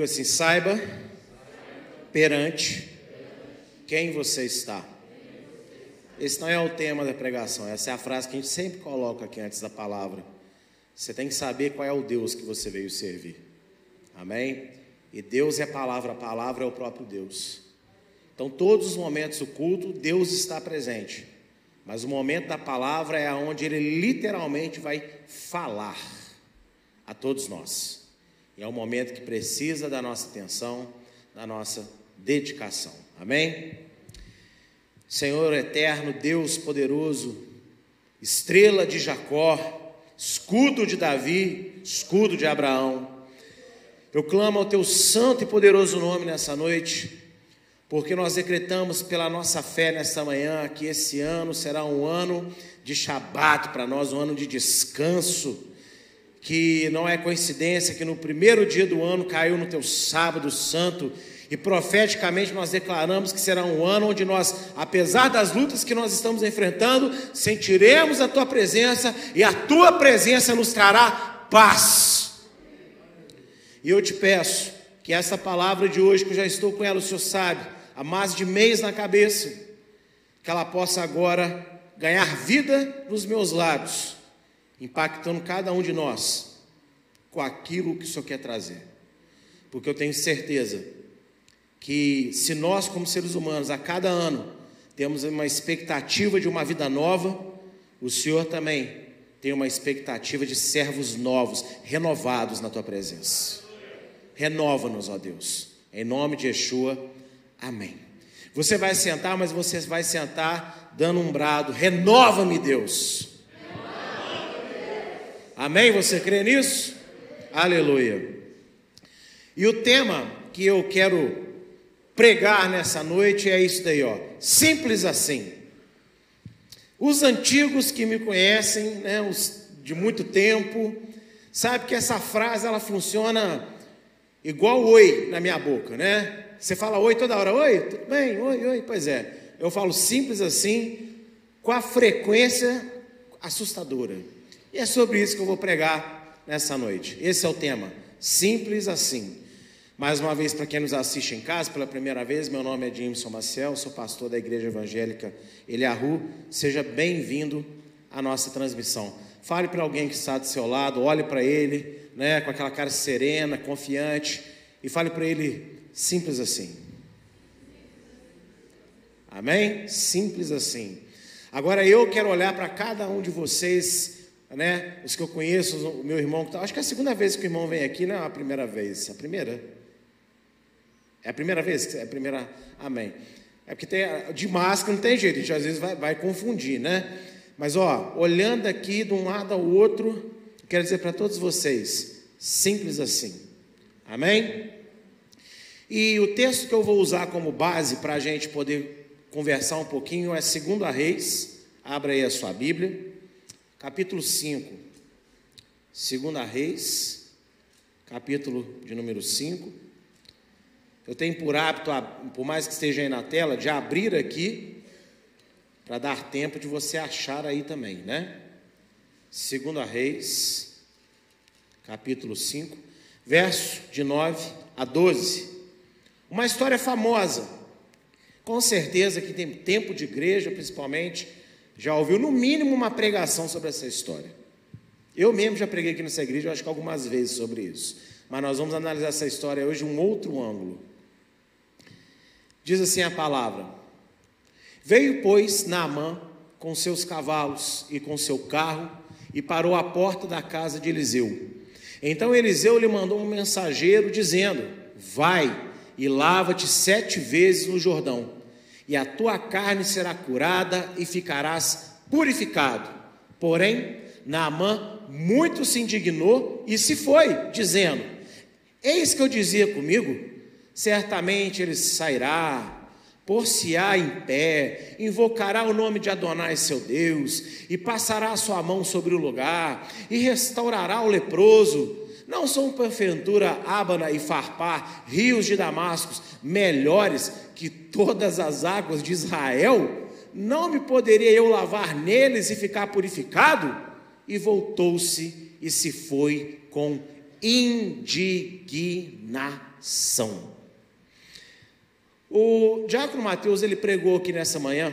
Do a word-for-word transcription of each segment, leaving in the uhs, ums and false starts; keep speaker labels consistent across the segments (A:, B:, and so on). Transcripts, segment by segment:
A: Diga assim: saiba perante quem você está. Esse não é o tema da pregação, essa é a frase que a gente sempre coloca aqui antes da palavra. Você tem que saber qual é o Deus que você veio servir. Amém? E Deus é a palavra, a palavra é o próprio Deus. Então todos os momentos do culto, Deus está presente. Mas o momento da palavra é onde Ele literalmente vai falar a todos nós. E é um momento que precisa da nossa atenção, da nossa dedicação. Amém? Senhor eterno, Deus poderoso, estrela de Jacó, escudo de Davi, escudo de Abraão, eu clamo ao Teu santo e poderoso nome nessa noite, porque nós decretamos pela nossa fé nesta manhã que esse ano será um ano de Shabat para nós, um ano de descanso, que não é coincidência que no primeiro dia do ano caiu no Teu sábado santo, e profeticamente nós declaramos que será um ano onde nós, apesar das lutas que nós estamos enfrentando, sentiremos a Tua presença, e a Tua presença nos trará paz. E eu te peço que essa palavra de hoje, que eu já estou com ela, o Senhor sabe, há mais de mês na cabeça, que ela possa agora ganhar vida nos meus lábios, impactando cada um de nós com aquilo que o Senhor quer trazer. Porque eu tenho certeza que se nós, como seres humanos, a cada ano temos uma expectativa de uma vida nova, o Senhor também tem uma expectativa de servos novos, renovados na Tua presença. Renova-nos, ó Deus, em nome de Yeshua, amém. Você vai sentar, mas você vai sentar dando um brado: renova-me, Deus. Amém? Você crê nisso? Aleluia. E o tema que eu quero pregar nessa noite é isso daí, ó. Simples assim. Os antigos que me conhecem, né, os de muito tempo, sabe que essa frase ela funciona igual oi na minha boca, né? Você fala oi toda hora: oi, tudo bem? Oi, oi. Pois é, eu falo simples assim, com a frequência assustadora. E é sobre isso que eu vou pregar nessa noite. Esse é o tema, simples assim. Mais uma vez, para quem nos assiste em casa pela primeira vez, meu nome é Jimson Maciel, sou pastor da Igreja Evangélica Eliahu. Seja bem-vindo à nossa transmissão. Fale para alguém que está do seu lado, olhe para ele, né, com aquela cara serena, confiante, e fale para ele: simples assim. Amém? Simples assim. Agora eu quero olhar para cada um de vocês, né, os que eu conheço, o meu irmão, acho que é a segunda vez que o irmão vem aqui, não é a primeira vez, a primeira? É a primeira vez? É a primeira, amém. É porque tem, de máscara não tem jeito, a gente às vezes vai, vai confundir, né? Mas ó, olhando aqui de um lado ao outro, quero dizer para todos vocês, simples assim, amém? E o texto que eu vou usar como base para a gente poder conversar um pouquinho é Segunda Reis. Abra aí a sua Bíblia, capítulo cinco. Segunda Reis, capítulo de número cinco. Eu tenho por hábito, por mais que esteja aí na tela, de abrir aqui, para dar tempo de você achar aí também, né? Segunda Reis, capítulo cinco, verso de nove a doze. Uma história famosa. Com certeza que tem tempo de igreja, principalmente, já ouviu no mínimo uma pregação sobre essa história. Eu mesmo já preguei aqui nessa igreja, eu acho que algumas vezes sobre isso. Mas nós vamos analisar essa história hoje de um outro ângulo. Diz assim a palavra: veio, pois, Naamã com seus cavalos e com seu carro e parou à porta da casa de Eliseu. Então Eliseu lhe mandou um mensageiro dizendo: vai e lava-te sete vezes no Jordão, e a tua carne será curada e ficarás purificado. Porém, Naamã muito se indignou e se foi, dizendo: eis que eu dizia comigo, certamente ele sairá, por-se-á em pé, invocará o nome de Adonai seu Deus, e passará a sua mão sobre o lugar, e restaurará o leproso. Não são porventura Abana e Farpar, rios de Damasco, melhores que todas as águas de Israel? Não me poderia eu lavar neles e ficar purificado? E voltou-se e se foi com indignação. O diácono Mateus, ele pregou aqui nessa manhã,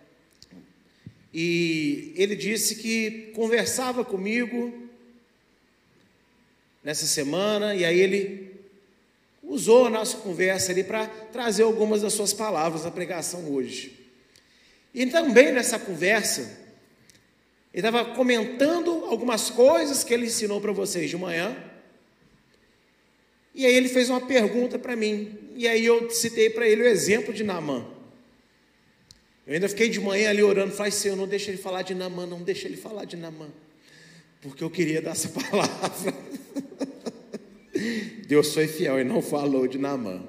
A: e ele disse que conversava comigo nessa semana, e aí ele usou a nossa conversa ali para trazer algumas das suas palavras na pregação hoje. E também nessa conversa, ele estava comentando algumas coisas que ele ensinou para vocês de manhã, e aí ele fez uma pergunta para mim, e aí eu citei para ele o exemplo de Naamã. Eu ainda fiquei de manhã ali orando, falei, Senhor, não deixa ele falar de Naamã, não deixa ele falar de Naamã, porque eu queria dar essa palavra. Deus foi fiel e não falou de Naamã.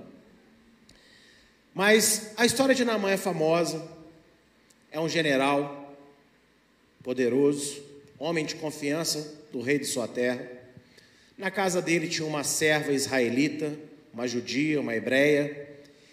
A: Mas a história de Naamã é famosa, é um general poderoso, homem de confiança do rei de sua terra. Na casa dele tinha uma serva israelita, uma judia, uma hebreia,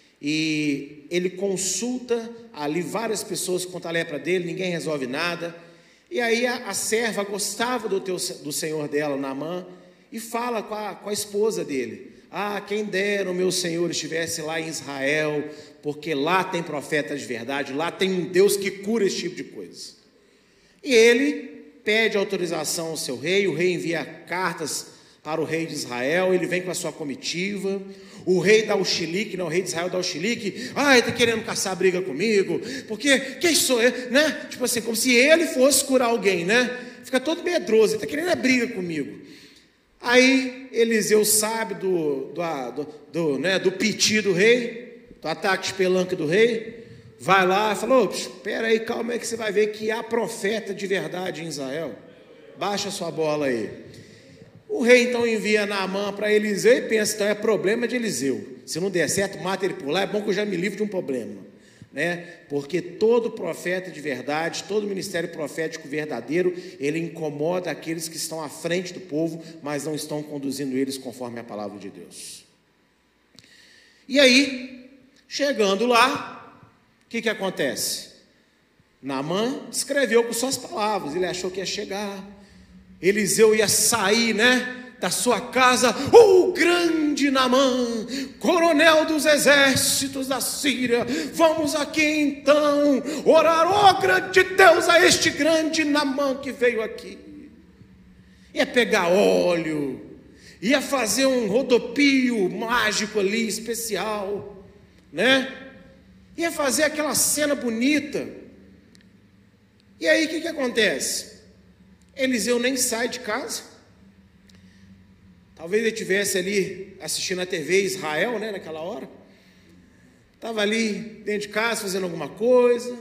A: e ele consulta ali várias pessoas quanto à lepra dele, ninguém resolve nada, e aí a, a serva gostava do, teu, do senhor dela, Naamã, e fala com a, com a esposa dele, ah, quem dera o meu senhor estivesse lá em Israel, porque lá tem profeta de verdade, lá tem um Deus que cura esse tipo de coisa. E ele pede autorização ao seu rei, o rei envia cartas para o rei de Israel, ele vem com a sua comitiva, o rei dá o chilique, não, o rei de Israel dá o chilique, ah, ele está querendo caçar briga comigo, porque quem sou eu, né? Tipo assim, como se ele fosse curar alguém, né? Fica todo medroso, ele está querendo a briga comigo. Aí Eliseu sabe do, do, do, do, né, do piti do rei, do ataque de pelanca do rei, vai lá e fala, espera aí, calma aí que você vai ver que há profeta de verdade em Israel, baixa sua bola aí. O rei então envia Naamã para Eliseu e pensa, então é problema de Eliseu, se não der certo, mata ele por lá, é bom que eu já me livre de um problema, né? Porque todo profeta de verdade, todo ministério profético verdadeiro, ele incomoda aqueles que estão à frente do povo, mas não estão conduzindo eles conforme a palavra de Deus. E aí, chegando lá, o que que acontece? Naamã escreveu com suas palavras, ele achou que ia chegar, Eliseu ia sair, né, da sua casa, o grande Naamã, coronel dos exércitos da Síria, vamos aqui então orar, ó grande Deus, a este grande Naamã que veio aqui. Ia pegar óleo, ia fazer um rodopio mágico ali, especial, né? Ia fazer aquela cena bonita. E aí o que que acontece? Eliseu nem sai de casa. Talvez ele estivesse ali assistindo a T V Israel, né, naquela hora. Estava ali dentro de casa fazendo alguma coisa.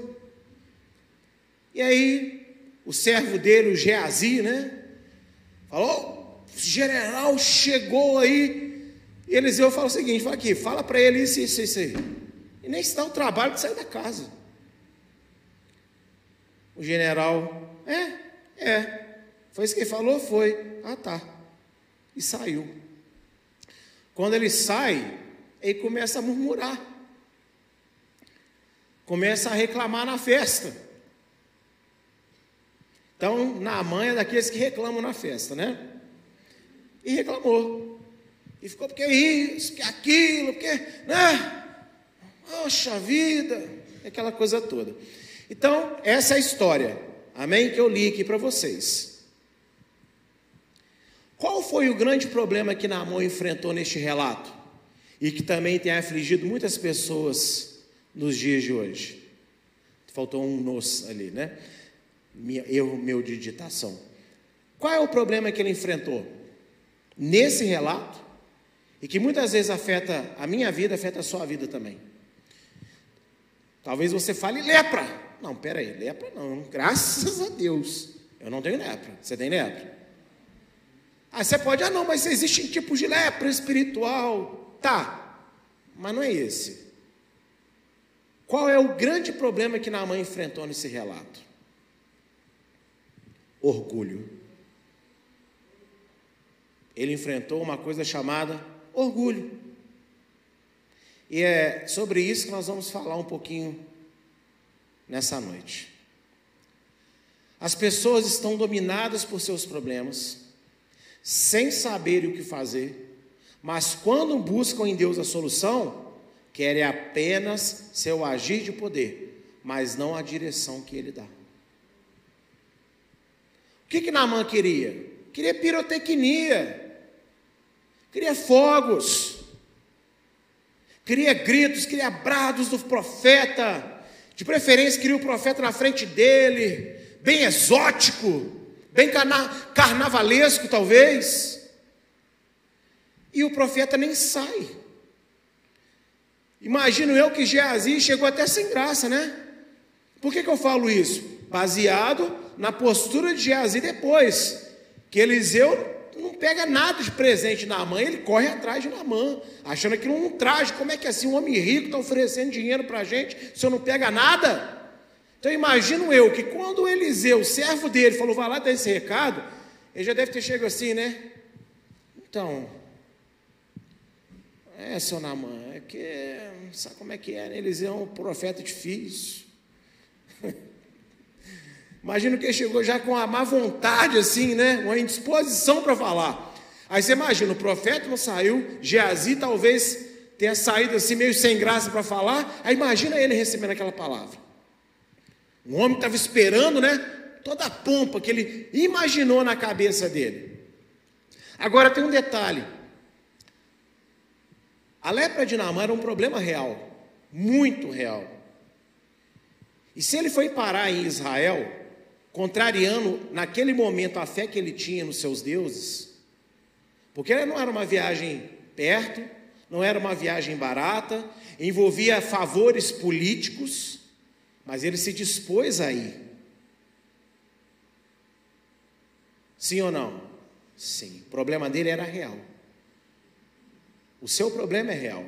A: E aí o servo dele, o Geazi, né, falou, o general chegou aí. E Eliseu fala o seguinte, fala aqui, fala para ele isso, isso, isso aí. E nem se dá o trabalho de sair da casa. O general, é, é, foi isso que ele falou? Foi. Ah, tá. E saiu. Quando ele sai, ele começa a murmurar. Começa a reclamar na festa. Então, Naamã é daqueles que reclamam na festa, né? E reclamou. E ficou porque isso, porque aquilo, porque, né? Poxa vida, aquela coisa toda. Então, essa é a história, amém? Que eu li aqui para vocês. Qual foi o grande problema que Naamã enfrentou neste relato? E que também tem afligido muitas pessoas nos dias de hoje. Faltou um nos ali, né? Erro meu de digitação. Qual é o problema que ele enfrentou? Nesse relato, e que muitas vezes afeta a minha vida, afeta a sua vida também. Talvez você fale lepra. Não, peraí, lepra não, graças a Deus, eu não tenho lepra. Você tem lepra? Ah, você pode, ah não, mas existem tipos de lepra espiritual. Tá, mas não é esse. Qual é o grande problema que Naamã enfrentou nesse relato? Orgulho. Ele enfrentou uma coisa chamada orgulho. E é sobre isso que nós vamos falar um pouquinho nessa noite. As pessoas estão dominadas por seus problemas, sem saber o que fazer, mas quando buscam em Deus a solução, querem apenas seu agir de poder, mas não a direção que Ele dá. O que que Naamã queria? Queria pirotecnia, queria fogos, queria gritos, queria brados do profeta, de preferência queria o profeta na frente dele, bem exótico, bem carna carnavalesco talvez, e o profeta nem sai. Imagino eu que Geazi chegou até sem graça, né? Por que que eu falo isso? Baseado na postura de Geazi depois, que Eliseu não pega nada de presente na mãe, ele corre atrás de Naamã, achando aquilo um traje. Como é que assim um homem rico está oferecendo dinheiro para a gente, se eu não pega nada? Então imagino eu que quando Eliseu, o servo dele, falou, vai lá dar esse recado, ele já deve ter chegado assim, né? Então, é, seu Naamã, é que, sabe como é que é, né? Eliseu é um profeta difícil. Imagino que ele chegou já com a má vontade, assim, né? Uma indisposição para falar. Aí você imagina, o profeta não saiu, Geazi talvez tenha saído assim, meio sem graça para falar. Aí imagina ele recebendo aquela palavra. Um homem que estava esperando, né? Toda a pompa que ele imaginou na cabeça dele. Agora tem um detalhe. A lepra de Naamã era um problema real, muito real. E se ele foi parar em Israel, contrariando naquele momento a fé que ele tinha nos seus deuses, porque não era uma viagem perto, não era uma viagem barata, envolvia favores políticos, mas ele se dispôs a ir. Sim ou não? Sim. O problema dele era real. O seu problema é real.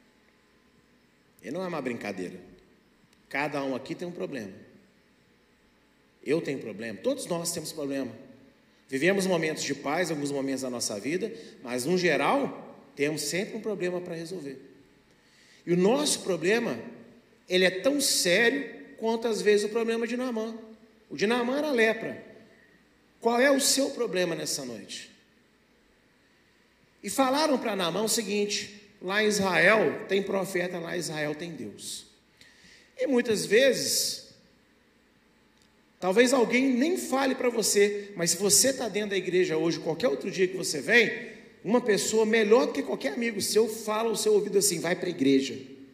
A: E não é uma brincadeira. Cada um aqui tem um problema. Eu tenho problema. Todos nós temos problema. Vivemos momentos de paz, alguns momentos da nossa vida, mas no geral, temos sempre um problema para resolver. E o nosso problema, ele é tão sério quanto às vezes o problema de Naamã. O de Naamã era lepra. Qual é o seu problema nessa noite? E falaram para Naamã o seguinte: lá em Israel tem profeta, lá em Israel tem Deus. E muitas vezes, talvez alguém nem fale para você, mas se você está dentro da igreja hoje, qualquer outro dia que você vem, uma pessoa melhor do que qualquer amigo seu fala ao seu ouvido assim: vai para a igreja.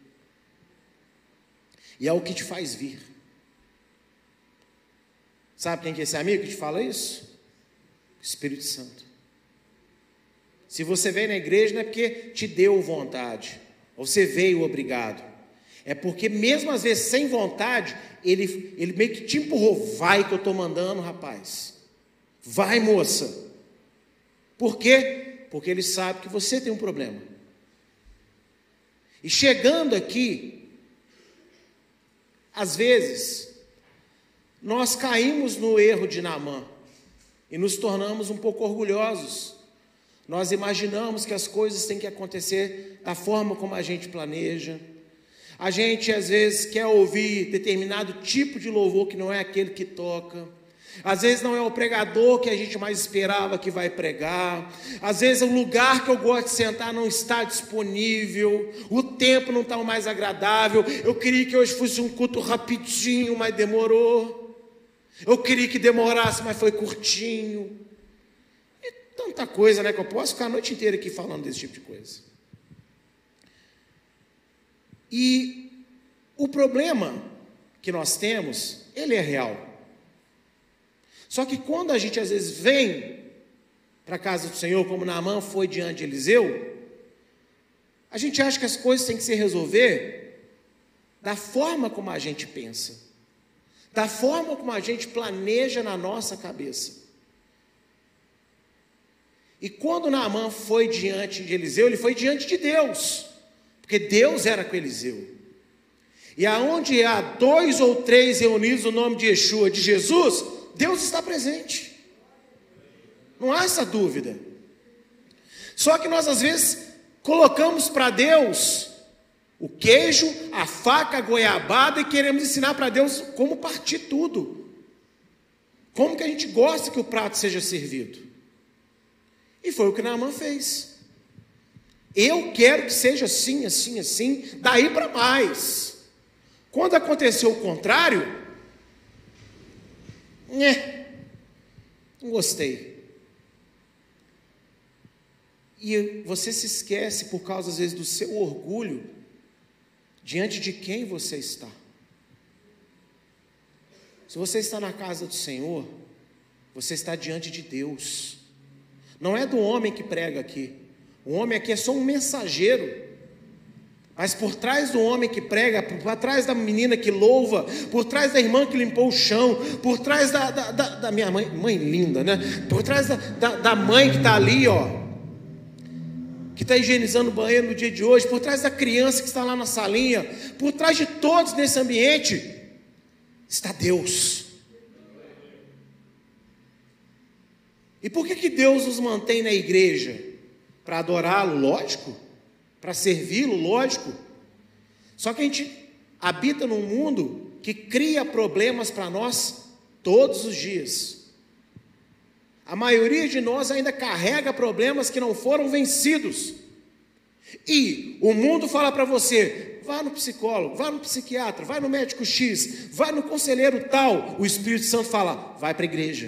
A: E é o que te faz vir. Sabe quem que é esse amigo que te fala isso? O Espírito Santo. Se você veio na igreja, não é porque te deu vontade, ou você veio obrigado. É porque mesmo às vezes sem vontade, ele, ele meio que te empurrou. Vai que eu estou mandando, rapaz. Vai, moça. Por quê? Porque ele sabe que você tem um problema. E chegando aqui, às vezes, nós caímos no erro de Naamã e nos tornamos um pouco orgulhosos. Nós imaginamos que as coisas têm que acontecer da forma como a gente planeja. A gente às vezes quer ouvir determinado tipo de louvor que não é aquele que toca. Às vezes não é o pregador que a gente mais esperava que vai pregar. Às vezes o lugar que eu gosto de sentar não está disponível. O tempo não está o mais agradável. Eu queria que hoje fosse um culto rapidinho, mas demorou. Eu queria que demorasse, mas foi curtinho. E tanta coisa, né, que eu posso ficar a noite inteira aqui falando desse tipo de coisa. E o problema que nós temos, ele é real. Só que quando a gente às vezes vem para a casa do Senhor, como Naamã foi diante de Eliseu, a gente acha que as coisas têm que se resolver da forma como a gente pensa, da forma como a gente planeja na nossa cabeça. E quando Naamã foi diante de Eliseu, ele foi diante de Deus, porque Deus era com Eliseu. E aonde há dois ou três reunidos no nome de Yeshua, de Jesus, Deus está presente. Não há essa dúvida. Só que nós às vezes colocamos para Deus o queijo, a faca, a goiabada e queremos ensinar para Deus como partir tudo. Como que a gente gosta que o prato seja servido. E foi o que Naamã fez. Eu quero que seja assim, assim, assim, daí para mais. Quando aconteceu o contrário, né, não gostei. E você se esquece, por causa às vezes do seu orgulho, diante de quem você está. Se você está na casa do Senhor, você está diante de Deus. Não é do homem que prega aqui. O homem aqui é só um mensageiro. Mas por trás do homem que prega, por trás da menina que louva, por trás da irmã que limpou o chão, por trás da, da, da, da minha mãe, mãe linda, né? Por trás da, da, da mãe que está ali, ó, que está higienizando o banheiro no dia de hoje, por trás da criança que está lá na salinha, por trás de todos nesse ambiente, está Deus. E por que que Deus nos mantém na igreja? Para adorá-lo, lógico. Para servi-lo, lógico. Só que a gente habita num mundo que cria problemas para nós todos os dias. A maioria de nós ainda carrega problemas que não foram vencidos. E o mundo fala para você: vá no psicólogo, vá no psiquiatra, vai no médico X, vai no conselheiro tal. O Espírito Santo fala: vai para a igreja.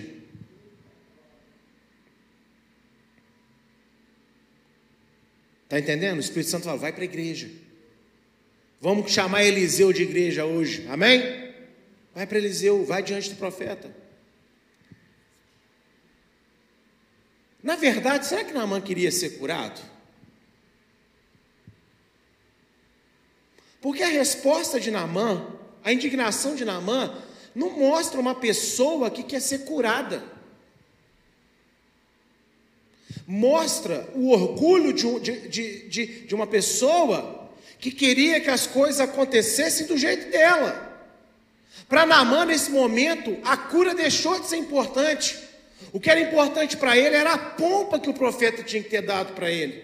A: Está entendendo? O Espírito Santo fala: vai para a igreja. Vamos chamar Eliseu de igreja hoje, amém? Vai para Eliseu, vai diante do profeta. Na verdade, será que Naamã queria ser curado? Porque a resposta de Naamã, a indignação de Naamã, não mostra uma pessoa que quer ser curada. Mostra o orgulho de, de, de, de uma pessoa que queria que as coisas acontecessem do jeito dela. Para Naamã, nesse momento, a cura deixou de ser importante. O que era importante para ele era a pompa que o profeta tinha que ter dado para ele.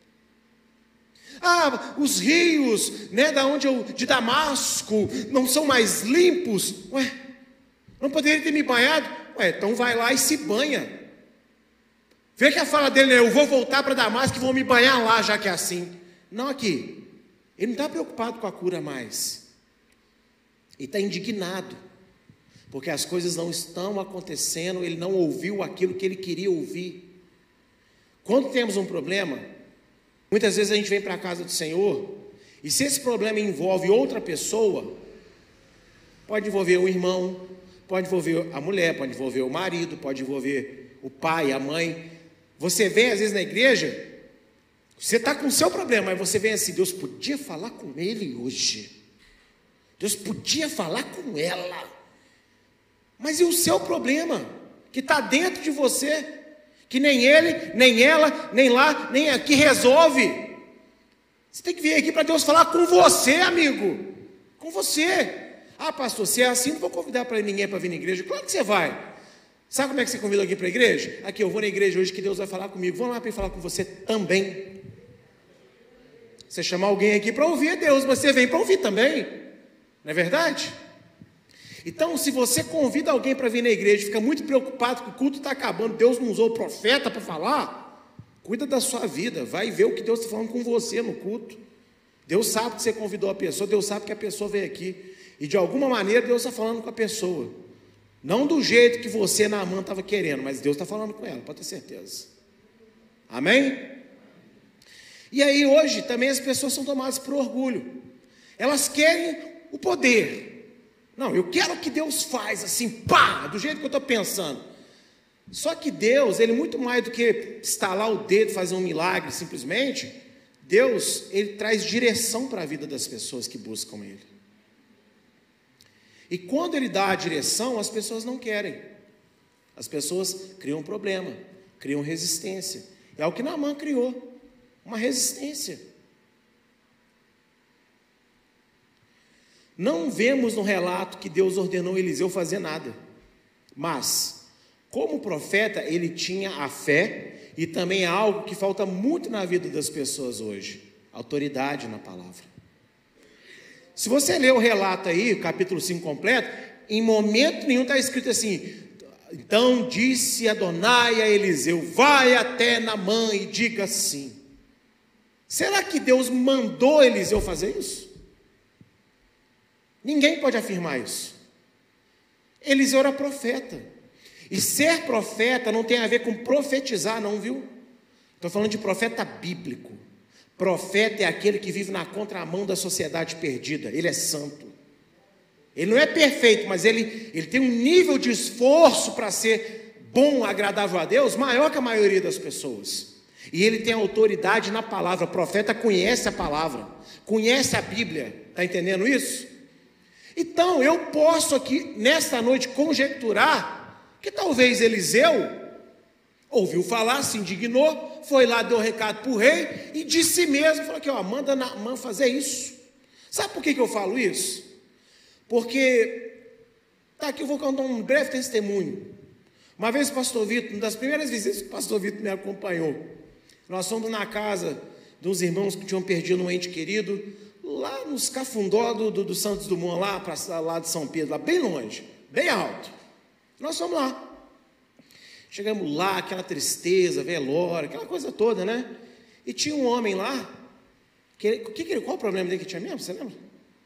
A: Ah, os rios, né, da onde eu, de Damasco não são mais limpos. Ué, não poderia ter me banhado? Ué, então vai lá e se banha. Vê que a fala dele é: eu vou voltar para Damasco e vou me banhar lá, já que é assim. Não aqui. Ele não está preocupado com a cura mais. Ele está indignado, porque as coisas não estão acontecendo, ele não ouviu aquilo que ele queria ouvir. Quando temos um problema, muitas vezes a gente vem para a casa do Senhor, e se esse problema envolve outra pessoa, pode envolver o irmão, pode envolver a mulher, pode envolver o marido, pode envolver o pai, a mãe. Você vem às vezes na igreja, você está com o seu problema, mas você vem assim: Deus podia falar com ele hoje, Deus podia falar com ela. Mas e o seu problema, que está dentro de você, que nem ele, nem ela, nem lá, nem aqui resolve? Você tem que vir aqui para Deus falar com você, amigo, com você. Ah, pastor, se é assim, não vou convidar para ninguém para vir na igreja. Claro que você vai. Sabe como é que você convida alguém para a igreja? Aqui, eu vou na igreja hoje que Deus vai falar comigo. Vamos lá para ele falar com você também. Você chama alguém aqui para ouvir a Deus, mas você vem para ouvir também. Não é verdade? Então, se você convida alguém para vir na igreja e fica muito preocupado que o culto está acabando, Deus não usou o profeta para falar, cuida da sua vida, vai ver o que Deus está falando com você no culto. Deus sabe que você convidou a pessoa, Deus sabe que a pessoa veio aqui, e de alguma maneira Deus está falando com a pessoa, não do jeito que você, Naamã, estava querendo, mas Deus está falando com ela, pode ter certeza. Amém? E aí hoje também as pessoas são tomadas por orgulho, elas querem o poder. Não, eu quero que Deus faz assim, pá, do jeito que eu estou pensando. Só que Deus, Ele muito mais do que estalar o dedo, fazer um milagre simplesmente, Deus, Ele traz direção para a vida das pessoas que buscam Ele. E quando Ele dá a direção, as pessoas não querem. As pessoas criam um problema, criam resistência. É o que Naamã criou, uma resistência. Não vemos no relato que Deus ordenou Eliseu fazer nada, mas, como profeta, ele tinha a fé, e também é algo que falta muito na vida das pessoas hoje: autoridade na palavra. Se você ler o relato aí, o capítulo cinco completo, em momento nenhum está escrito assim: Então disse Adonai a Eliseu: vai até Naamã e diga assim. Será que Deus mandou Eliseu fazer isso? Ninguém pode afirmar isso. Eliseu era profeta. E ser profeta não tem a ver com profetizar, não, viu? Estou falando de profeta bíblico. Profeta é aquele que vive na contramão da sociedade perdida. Ele é santo. Ele não é perfeito, mas ele, ele tem um nível de esforço para ser bom, agradável a Deus, maior que a maioria das pessoas. E ele tem autoridade na palavra. O profeta conhece a palavra, conhece a Bíblia. Está entendendo isso? Então, eu posso aqui, nesta noite, conjecturar que talvez Eliseu ouviu falar, se indignou, foi lá, deu um recado para o rei e disse mesmo, falou aqui, ó, manda Naamã fazer isso. Sabe por que, que eu falo isso? Porque, tá aqui eu vou contar um breve testemunho. Uma vez o pastor Vitor, uma das primeiras visitas que o pastor Vitor me acompanhou, nós fomos na casa de uns irmãos que tinham perdido um ente querido, lá nos Cafundó do, do, do Santos Dumont, lá, pra, lá de São Pedro, lá bem longe, bem alto. Nós fomos lá. Chegamos lá, aquela tristeza, velório, aquela coisa toda, né? E tinha um homem lá, que, que, que, qual o problema dele que tinha mesmo? Você lembra?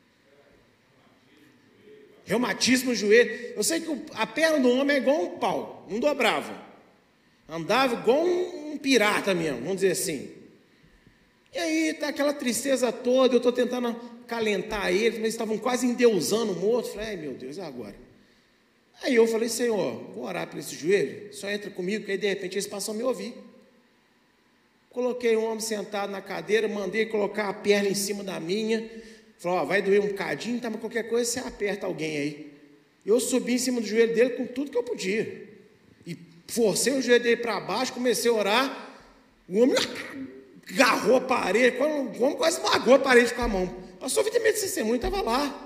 A: Reumatismo no joelho. Eu sei que a perna do homem é igual um pau, não dobrava. Andava igual um, um pirata mesmo, vamos dizer assim. E aí tá aquela tristeza toda, eu estou tentando acalentar eles, mas estavam quase endeusando o morto. Falei, ai meu Deus, e agora? Aí eu falei, Senhor, vou orar por esse joelho, só entra comigo, que aí de repente eles passam a me ouvir. Coloquei um homem sentado na cadeira, mandei colocar a perna em cima da minha, falou, ó, vai doer um bocadinho, tá, mas qualquer coisa você aperta alguém aí. Eu subi em cima do joelho dele com tudo que eu podia, e forcei o joelho dele para baixo, comecei a orar, o homem agarrou a parede, o homem quase esmagou a parede com a mão. Pastor Vitor medo de testemunho, estava lá.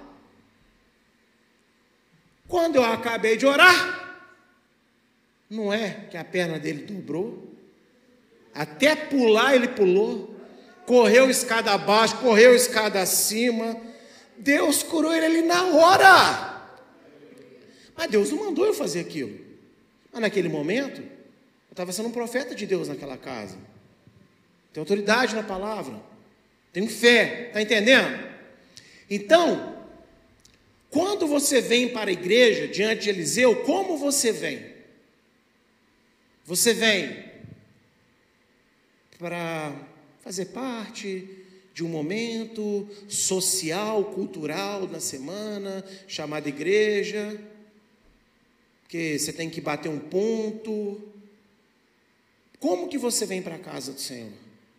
A: Quando eu acabei de orar, não é que a perna dele dobrou? Até pular ele pulou, correu escada abaixo, correu escada acima, Deus curou ele ali na hora. Mas Deus não mandou eu fazer aquilo. Mas naquele momento, eu estava sendo um profeta de Deus naquela casa. Tenho autoridade na palavra, tenho fé, está entendendo? Então, quando você vem para a igreja, diante de Eliseu, como você vem? Você vem para fazer parte de um momento social, cultural na semana, chamada igreja, porque você tem que bater um ponto. Como que você vem para a casa do Senhor?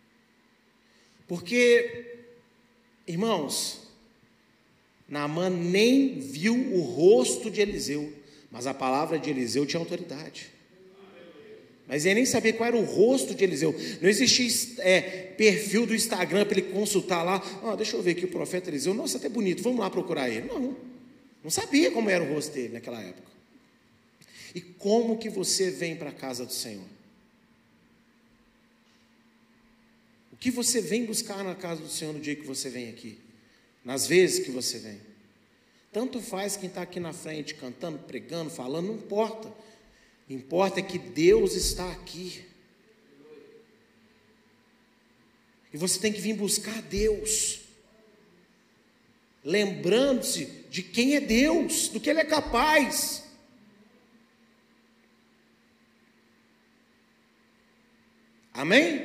A: Porque, irmãos, Naamã nem viu o rosto de Eliseu, mas a palavra de Eliseu tinha autoridade. Mas ele nem sabia qual era o rosto de Eliseu. Não existia é, perfil do Instagram para ele consultar lá. Ah, deixa eu ver aqui o profeta Eliseu. Nossa, até bonito, vamos lá procurar ele. Não, não sabia como era o rosto dele naquela época. E como que você vem para a casa do Senhor? O que você vem buscar na casa do Senhor no dia que você vem aqui? Nas vezes que você vem. Tanto faz quem está aqui na frente, cantando, pregando, falando, não importa. Importa é que Deus está aqui. E você tem que vir buscar Deus. Lembrando-se de quem é Deus, do que Ele é capaz. Amém?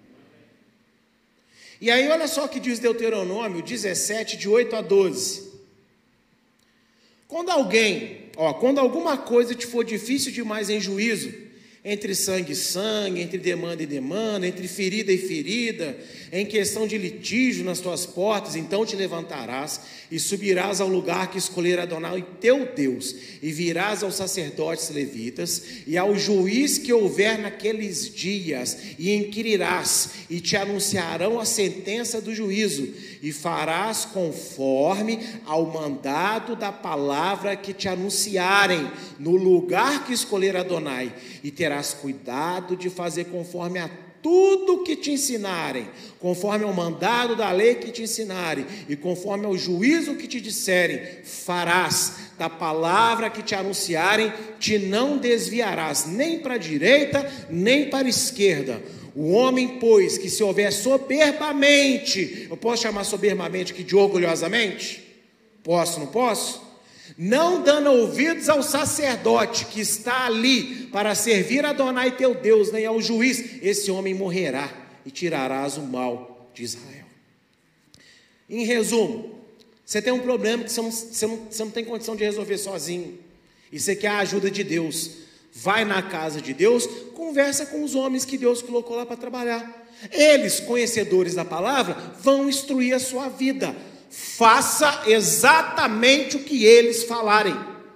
A: E aí olha só o que diz Deuteronômio dezessete, de oito a doze. Quando alguém, ó, quando alguma coisa te for difícil demais em juízo, entre sangue e sangue, entre demanda e demanda, entre ferida e ferida, em questão de litígio nas tuas portas, então te levantarás e subirás ao lugar que escolher Adonai teu Deus, e virás aos sacerdotes levitas e ao juiz que houver naqueles dias, e inquirirás, e te anunciarão a sentença do juízo, e farás conforme ao mandado da palavra que te anunciarem, no lugar que escolher Adonai, e terás cuidado de fazer conforme a tudo que te ensinarem, conforme ao mandado da lei que te ensinarem, e conforme ao juízo que te disserem, farás. Da palavra que te anunciarem, te não desviarás, nem para a direita, nem para a esquerda. O homem, pois, que se houver soberbamente, eu posso chamar soberbamente que de orgulhosamente? Posso, não posso? Não dando ouvidos ao sacerdote que está ali para servir a Adonai teu Deus, nem ao juiz, esse homem morrerá e tirarás o mal de Israel. Em resumo, você tem um problema que você não, você não, você não tem condição de resolver sozinho, e você quer a ajuda de Deus. Vai na casa de Deus, conversa com os homens que Deus colocou lá para trabalhar. Eles, conhecedores da palavra, vão instruir a sua vida. Faça exatamente o que eles falarem.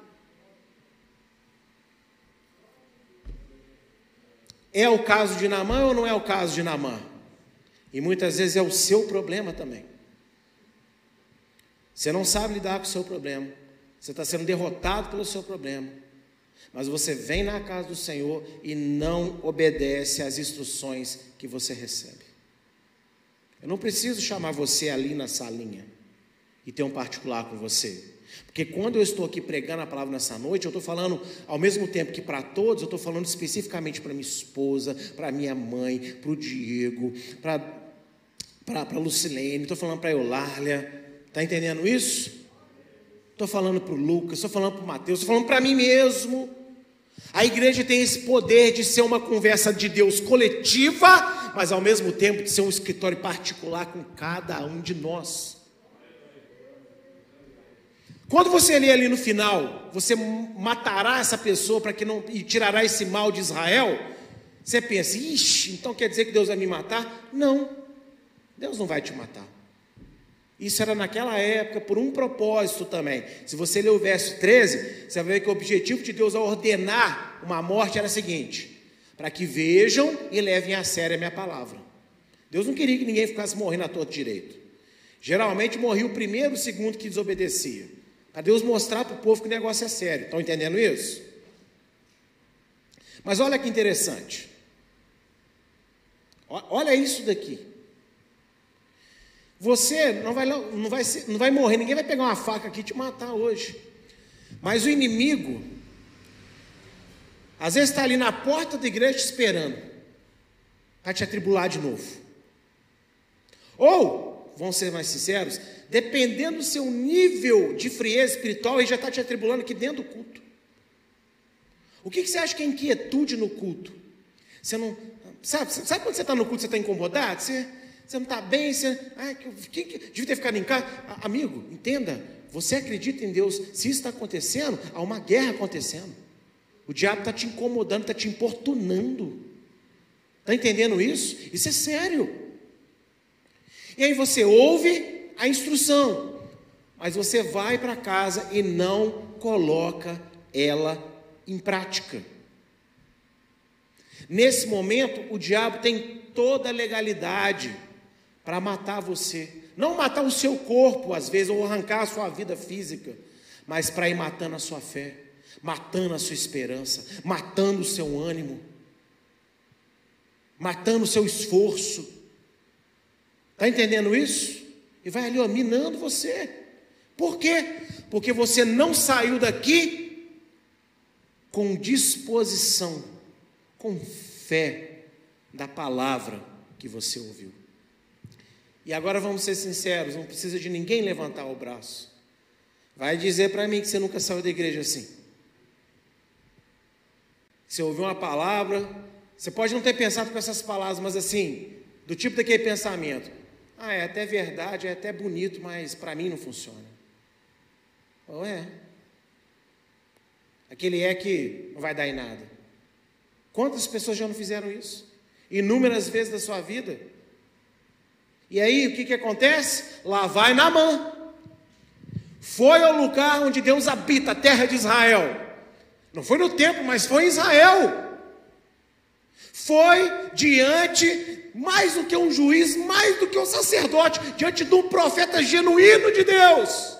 A: É o caso de Naamã ou não é o caso de Naamã? E muitas vezes é o seu problema também. Você não sabe lidar com o seu problema. Você está sendo derrotado pelo seu problema. Mas você vem na casa do Senhor e não obedece às instruções que você recebe. Eu não preciso chamar você ali na salinha e ter um particular com você. Porque quando eu estou aqui pregando a palavra nessa noite, eu estou falando ao mesmo tempo que para todos, eu estou falando especificamente para minha esposa, para minha mãe, para o Diego, para a Lucilene, estou falando para a Eulália. Está entendendo isso? Estou falando para o Lucas, estou falando para o Mateus, estou falando para mim mesmo. A igreja tem esse poder de ser uma conversa de Deus coletiva, mas ao mesmo tempo de ser um escritório particular com cada um de nós. Quando você lê ali no final, você matará essa pessoa para que não, e tirará esse mal de Israel, você pensa, ixi, então quer dizer que Deus vai me matar? Não, Deus não vai te matar. Isso era naquela época por um propósito também. Se você ler o verso treze, você vai ver que o objetivo de Deus ao ordenar uma morte era o seguinte: para que vejam e levem a sério a minha palavra. Deus não queria que ninguém ficasse morrendo à torta direito. Geralmente morria o primeiro e o segundo que desobedecia, para Deus mostrar para o povo que o negócio é sério. Estão entendendo isso? Mas olha que interessante. Olha isso daqui. Você não vai, não, vai ser, não vai morrer, ninguém vai pegar uma faca aqui e te matar hoje. Mas o inimigo, às vezes está ali na porta da igreja te esperando, para te atribular de novo. Ou, vamos ser mais sinceros, dependendo do seu nível de frieza espiritual, ele já está te atribulando aqui dentro do culto. O que, que você acha que é inquietude no culto? Você não, sabe, sabe quando você está no culto, você está incomodado? Você... Você não está bem, você... Ai, que, que, devia ter ficado em casa. Amigo, entenda, você acredita em Deus. Se isso está acontecendo, há uma guerra acontecendo. O diabo está te incomodando, está te importunando. Está entendendo isso? Isso é sério. E aí você ouve a instrução, mas você vai para casa e não coloca ela em prática. Nesse momento, o diabo tem toda a legalidade para matar você, não matar o seu corpo às vezes, ou arrancar a sua vida física, mas para ir matando a sua fé, matando a sua esperança, matando o seu ânimo, matando o seu esforço. Está entendendo isso? E vai ali, ó, minando você. Por quê? Porque você não saiu daqui com disposição, com fé da palavra que você ouviu. E agora vamos ser sinceros, não precisa de ninguém levantar o braço. Vai dizer para mim que você nunca saiu da igreja assim. Você ouviu uma palavra, você pode não ter pensado com essas palavras, mas assim, do tipo daquele pensamento: ah, é até verdade, é até bonito, mas para mim não funciona. Ou é. Aquele é que não vai dar em nada. Quantas pessoas já não fizeram isso? Inúmeras vezes da sua vida. E aí, o que, que acontece? Lá vai Naamã. Foi ao lugar onde Deus habita, a terra de Israel. Não foi no templo, mas foi em Israel. Foi diante, mais do que um juiz, mais do que um sacerdote, diante de um profeta genuíno de Deus.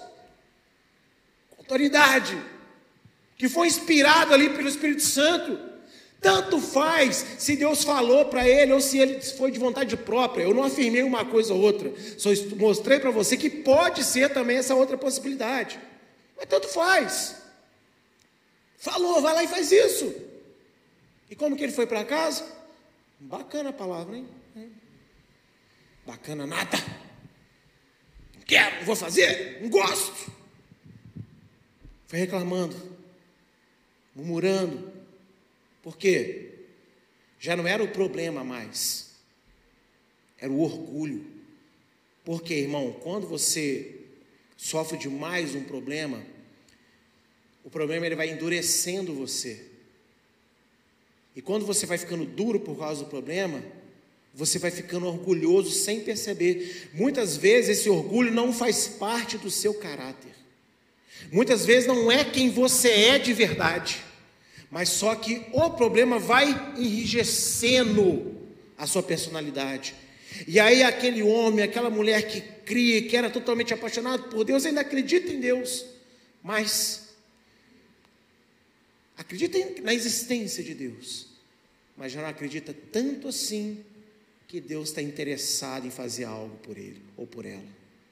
A: Com autoridade. Que foi inspirado ali pelo Espírito Santo. Tanto faz se Deus falou para ele ou se ele foi de vontade própria. Eu não afirmei uma coisa ou outra, só mostrei para você que pode ser também essa outra possibilidade. Mas tanto faz. Falou, vai lá e faz isso. E como que ele foi para casa? Bacana a palavra, hein? Bacana nada. Não quero, não vou fazer, não gosto. Foi reclamando, murmurando. Por quê? Já não era o problema mais, era o orgulho. Porque, irmão, quando você sofre de mais um problema, o problema ele vai endurecendo você. E quando você vai ficando duro por causa do problema, você vai ficando orgulhoso sem perceber. Muitas vezes esse orgulho não faz parte do seu caráter. Muitas vezes não é quem você é de verdade. Mas só que o problema vai enrijecendo a sua personalidade. E aí aquele homem, aquela mulher que cria, que era totalmente apaixonado por Deus, ainda acredita em Deus, mas acredita na existência de Deus, mas já não acredita tanto assim que Deus está interessado em fazer algo por ele ou por ela.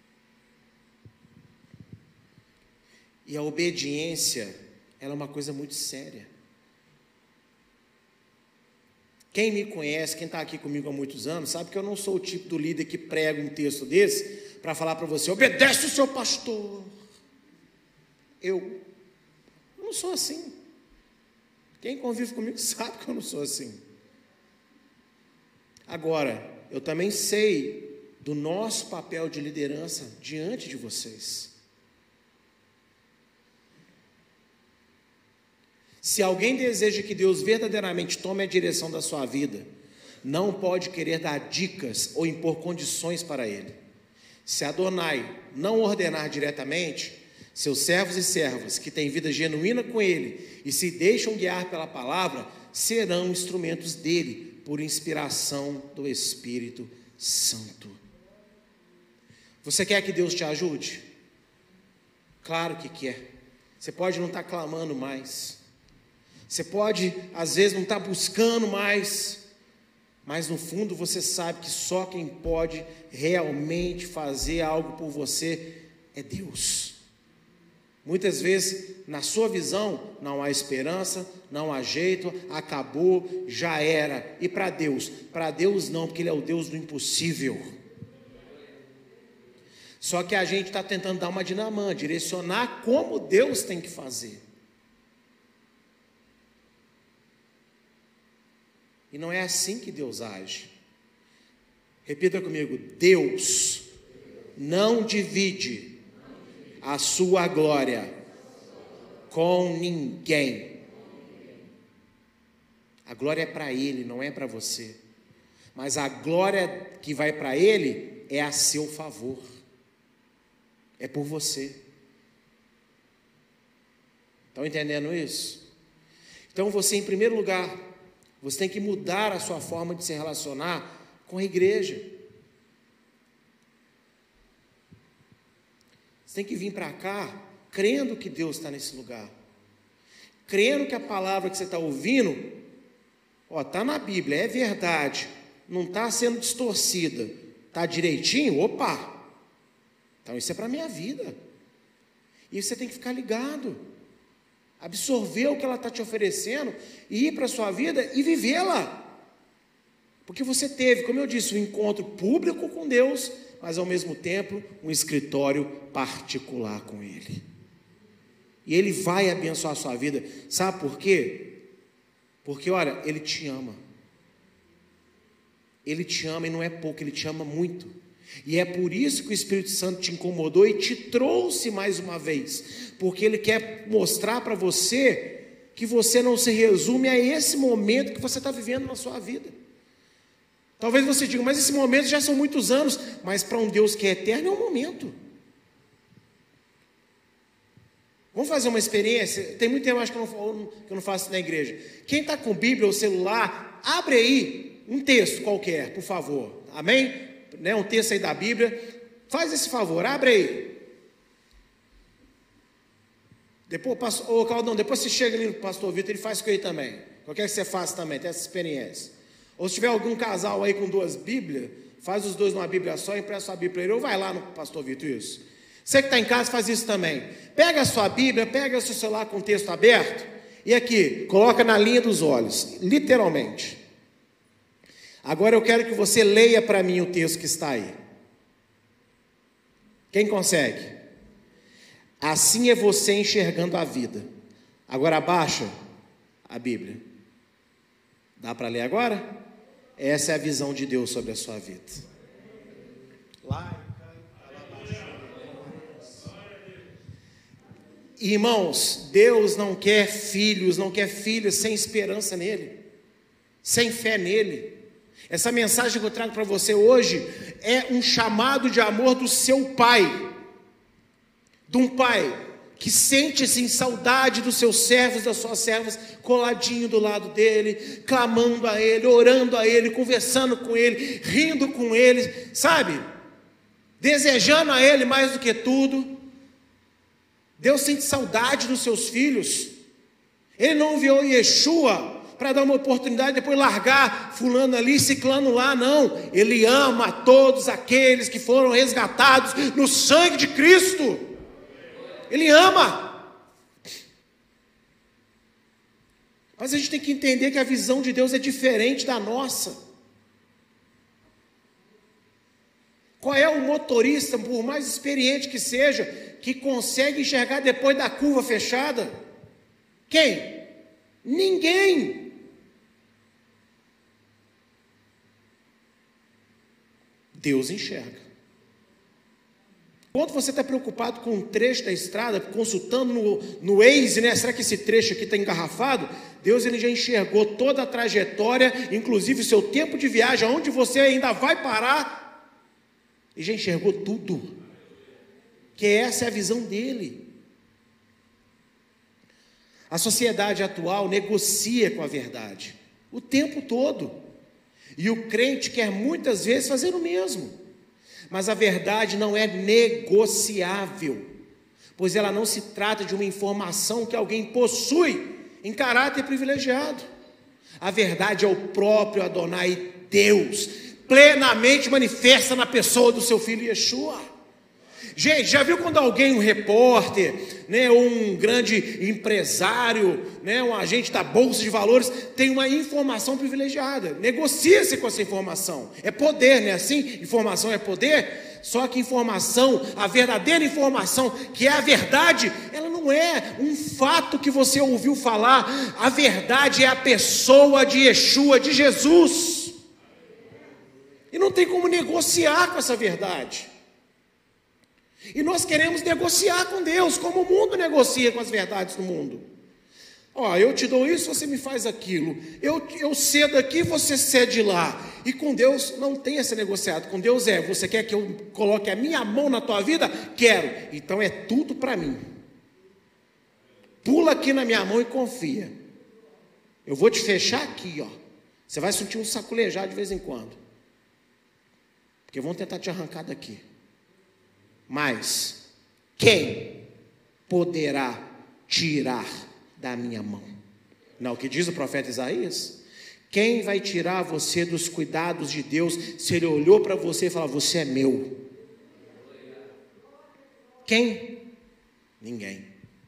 A: E a obediência, ela é uma coisa muito séria. Quem me conhece, quem está aqui comigo há muitos anos, sabe que eu não sou o tipo do líder que prega um texto desse para falar para você, obedece o seu pastor. Eu não sou assim. Quem convive comigo sabe que eu não sou assim. Agora, eu também sei do nosso papel de liderança diante de vocês. Se alguém deseja que Deus verdadeiramente tome a direção da sua vida, não pode querer dar dicas ou impor condições para ele. Se Adonai não ordenar diretamente, seus servos e servas que têm vida genuína com ele e se deixam guiar pela palavra, serão instrumentos dele por inspiração do Espírito Santo. Você quer que Deus te ajude? Claro que quer. Você pode não estar clamando mais. Você pode, às vezes, não estar buscando mais, mas no fundo você sabe que só quem pode realmente fazer algo por você é Deus. Muitas vezes, na sua visão, não há esperança, não há jeito, acabou, já era. E para Deus? Para Deus não, porque Ele é o Deus do impossível. Só que a gente está tentando dar uma dinamã, direcionar como Deus tem que fazer. E não é assim que Deus age. Repita comigo: Deus não divide a sua glória com ninguém. A glória é para Ele, não é para você. Mas a glória que vai para Ele é a seu favor. É por você. Estão entendendo isso? Então você, em primeiro lugar, você tem que mudar a sua forma de se relacionar com a igreja. Você tem que vir para cá crendo que Deus está nesse lugar. Crendo que a palavra que você está ouvindo, ó, está na Bíblia, é verdade. Não está sendo distorcida. Está direitinho? Opa! Então isso é para a minha vida. E você tem que ficar ligado. Absorver o que ela está te oferecendo e ir para a sua vida e vivê-la. Porque você teve, como eu disse, um encontro público com Deus, mas ao mesmo tempo um escritório particular com Ele. E Ele vai abençoar a sua vida. Sabe por quê? Porque, olha, Ele te ama. Ele te ama e não é pouco, Ele te ama muito. E é por isso que o Espírito Santo te incomodou e te trouxe mais uma vez, porque Ele quer mostrar para você que você não se resume a esse momento que você está vivendo na sua vida. Talvez você diga, mas esse momento já são muitos anos, mas para um Deus que é eterno é um momento. Vamos fazer uma experiência. Tem muito tempo acho que eu não, que eu não faço isso na igreja. Quem está com Bíblia ou celular, abre aí um texto qualquer, por favor. Amém? Né, um texto aí da Bíblia, faz esse favor, abre aí. Depois, pastor, oh, Caldão, depois você chega ali no pastor Vitor, ele faz com ele também. Eu quero que você faça também, tenha essa experiência. Ou se tiver algum casal aí com duas Bíblias, faz os dois numa Bíblia só, empresta a Bíblia para ele, ou vai lá no pastor Vitor, isso. Você que está em casa, faz isso também. Pega a sua Bíblia, pega o seu celular com o texto aberto, e aqui, coloca na linha dos olhos, literalmente. Agora eu quero que você leia para mim o texto que está aí. Quem consegue? Assim é você enxergando a vida. Agora abaixa a Bíblia. Dá para ler agora? Essa é a visão de Deus sobre a sua vida. Lá. Irmãos, Deus não quer filhos, não quer filhas sem esperança nele, sem fé nele. Essa mensagem que eu trago para você hoje é um chamado de amor do seu pai, de um pai que sente assim saudade dos seus servos, das suas servas, coladinho do lado dele, clamando a ele, orando a ele, conversando com ele, rindo com ele, sabe? Desejando a ele mais do que tudo. Deus sente saudade dos seus filhos. Ele não enviou Yeshua para dar uma oportunidade, depois largar fulano ali, ciclano lá, não. Ele ama a todos aqueles que foram resgatados no sangue de Cristo. Ele ama. Mas a gente tem que entender que a visão de Deus é diferente da nossa. Qual é o motorista, por mais experiente que seja, que consegue enxergar depois da curva fechada? Quem? Ninguém. Deus enxerga. Quando você está preocupado com um trecho da estrada, consultando no, no Waze, né? Será que esse trecho aqui está engarrafado? Deus ele já enxergou toda a trajetória, inclusive o seu tempo de viagem, aonde você ainda vai parar, e já enxergou tudo. Que essa é a visão dele. A sociedade atual negocia com a verdade o tempo todo, e o crente quer muitas vezes fazer o mesmo, mas a verdade não é negociável, pois ela não se trata de uma informação que alguém possui em caráter privilegiado. A verdade é o próprio Adonai Deus, plenamente manifesta na pessoa do seu filho Yeshua. Gente, já viu quando alguém, um repórter, né, ou um grande empresário, né, um agente da Bolsa de Valores, tem uma informação privilegiada, negocia-se com essa informação, é poder, não é assim? Informação é poder, só que informação, a verdadeira informação, que é a verdade, ela não é um fato que você ouviu falar, a verdade é a pessoa de Yeshua, de Jesus, e não tem como negociar com essa verdade. E nós queremos negociar com Deus, como o mundo negocia com as verdades do mundo. Ó, eu te dou isso, você me faz aquilo. Eu, eu cedo aqui, você cede lá. E com Deus não tem esse negociado. Com Deus é, você quer que eu coloque a minha mão na tua vida? Quero. Então é tudo para mim. Pula aqui na minha mão e confia. Eu vou te fechar aqui, ó. Você vai sentir um saculejar de vez em quando. Porque vão tentar te arrancar daqui. Mas quem poderá tirar da minha mão? Não, o que diz o profeta Isaías? Quem vai tirar você dos cuidados de Deus, se ele olhou para você e falou, você é meu? Quem? Ninguém.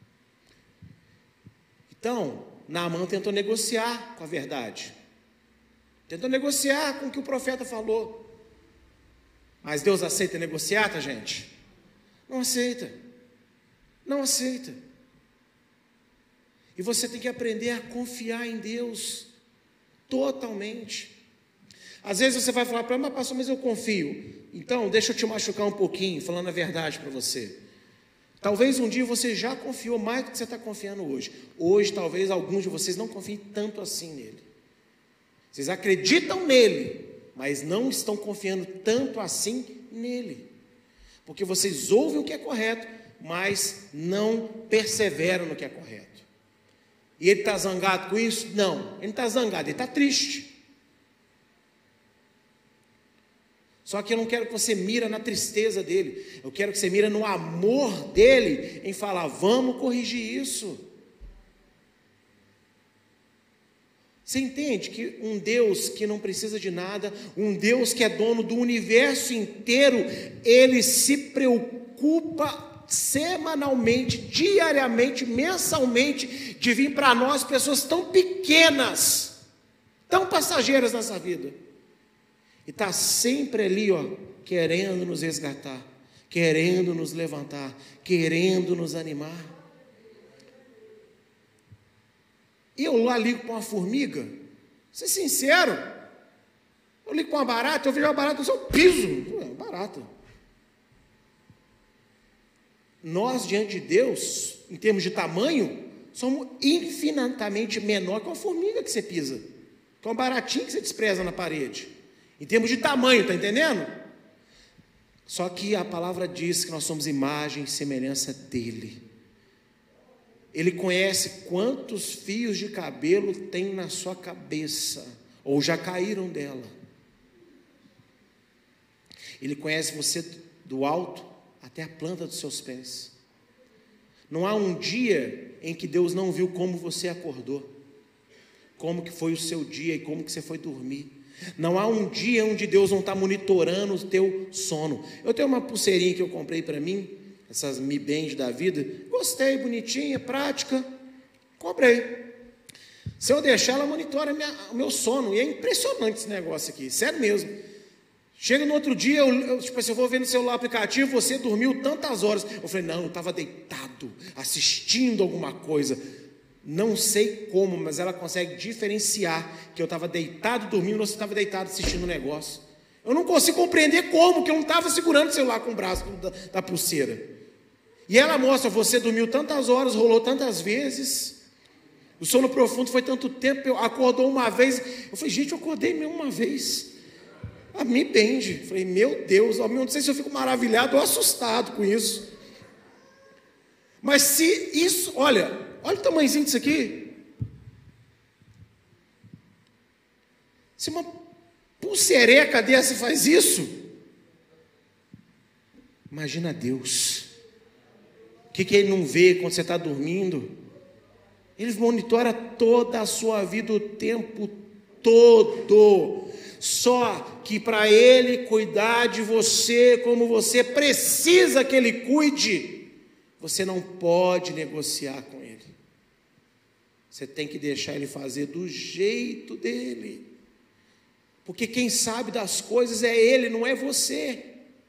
A: Então, Naamã tentou negociar com a verdade, tentou negociar com o que o profeta falou, mas Deus aceita negociar, tá, gente? Não aceita, não aceita. E você tem que aprender a confiar em Deus totalmente. Às vezes você vai falar para mim, mas pastor, mas eu confio. Então, deixa eu te machucar um pouquinho, falando a verdade para você. Talvez um dia você já confiou mais do que você está confiando hoje. Hoje, talvez alguns de vocês não confiem tanto assim nele. Vocês acreditam nele, mas não estão confiando tanto assim nele. Porque vocês ouvem o que é correto, mas não perseveram no que é correto. E ele está zangado com isso? Não, ele não está zangado, ele está triste. Só que eu não quero que você mira na tristeza dele, eu quero que você mira no amor dele, em falar, vamos corrigir isso. Você entende que um Deus que não precisa de nada, um Deus que é dono do universo inteiro, Ele se preocupa semanalmente, diariamente, mensalmente, de vir para nós pessoas tão pequenas, tão passageiras nessa vida, e está sempre ali, ó, querendo nos resgatar, querendo nos levantar, querendo nos animar. E eu lá ligo para uma formiga, vou ser sincero, eu ligo para uma barata, eu vejo uma barata, eu só piso, é barata. Nós, diante de Deus, em termos de tamanho, somos infinitamente menor que uma formiga que você pisa, que uma baratinha que você despreza na parede, em termos de tamanho, está entendendo? Só que a palavra diz que nós somos imagem e semelhança dEle. Ele conhece quantos fios de cabelo tem na sua cabeça, ou já caíram dela. Ele conhece você do alto até a planta dos seus pés. Não há um dia em que Deus não viu como você acordou, como que foi o seu dia e como que você foi dormir. Não há um dia onde Deus não está monitorando o teu sono. Eu tenho uma pulseirinha que eu comprei para mim, essas Mi Band da vida, gostei, bonitinha, prática, comprei. Se eu deixar, ela monitora minha, o meu sono, e é impressionante esse negócio aqui, sério mesmo. Chega no outro dia, eu, eu, tipo assim, eu vou ver no celular aplicativo, você dormiu tantas horas. Eu falei, não, eu estava deitado, assistindo alguma coisa. Não sei como, mas ela consegue diferenciar que eu estava deitado dormindo ou você estava deitado assistindo um negócio. Eu não consigo compreender como, que eu não estava segurando o celular com o braço da, da pulseira. E ela mostra, você dormiu tantas horas, rolou tantas vezes, o sono profundo foi tanto tempo, eu acordou uma vez. Eu falei, gente, eu acordei mesmo uma vez. A Mi Band. Falei, meu Deus, eu não sei se eu fico maravilhado ou assustado com isso. Mas se isso, olha, olha o tamanhozinho disso aqui. Se uma pulseireca dessa faz isso, imagina Deus. O que, que Ele não vê quando você está dormindo? Ele monitora toda a sua vida o tempo todo. Só que para Ele cuidar de você como você precisa que Ele cuide, você não pode negociar com Ele. Você tem que deixar Ele fazer do jeito dEle. Porque quem sabe das coisas é Ele, não é você.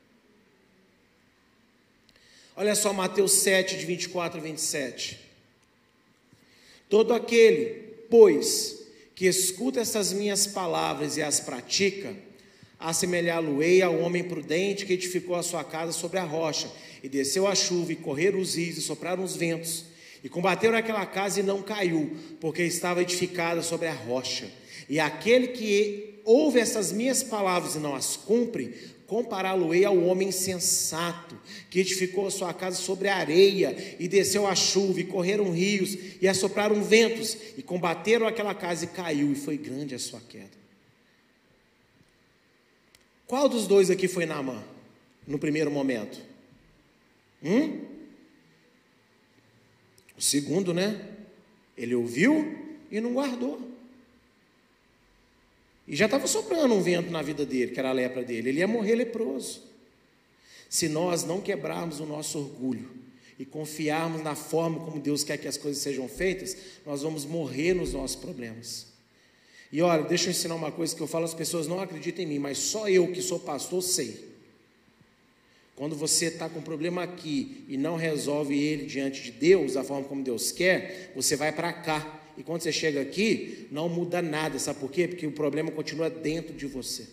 A: Olha só Mateus sete, de vinte e quatro a vinte e sete. Todo aquele, pois, que escuta essas minhas palavras e as pratica, assemelhá-lo-ei ao homem prudente que edificou a sua casa sobre a rocha, e desceu a chuva, e correram os rios, e sopraram os ventos, e combateram aquela casa e não caiu, porque estava edificada sobre a rocha. E aquele que ouve essas minhas palavras e não as cumpre, compará-lo-ei ao homem insensato, que edificou a sua casa sobre a areia, e desceu a chuva, e correram rios, e assopraram ventos, e combateram aquela casa, e caiu, e foi grande a sua queda. Qual dos dois aqui foi Naamã, no primeiro momento? Hum? O segundo, né? Ele ouviu e não guardou. E já estava soprando um vento na vida dele, que era a lepra dele. Ele ia morrer leproso. Se nós não quebrarmos o nosso orgulho e confiarmos na forma como Deus quer que as coisas sejam feitas, nós vamos morrer nos nossos problemas. E olha, deixa eu ensinar uma coisa que eu falo, as pessoas não acreditam em mim, mas só eu que sou pastor sei. Quando você está com um problema aqui e não resolve ele diante de Deus, da forma como Deus quer, você vai para cá. E quando você chega aqui, não muda nada, sabe por quê? Porque o problema continua dentro de você.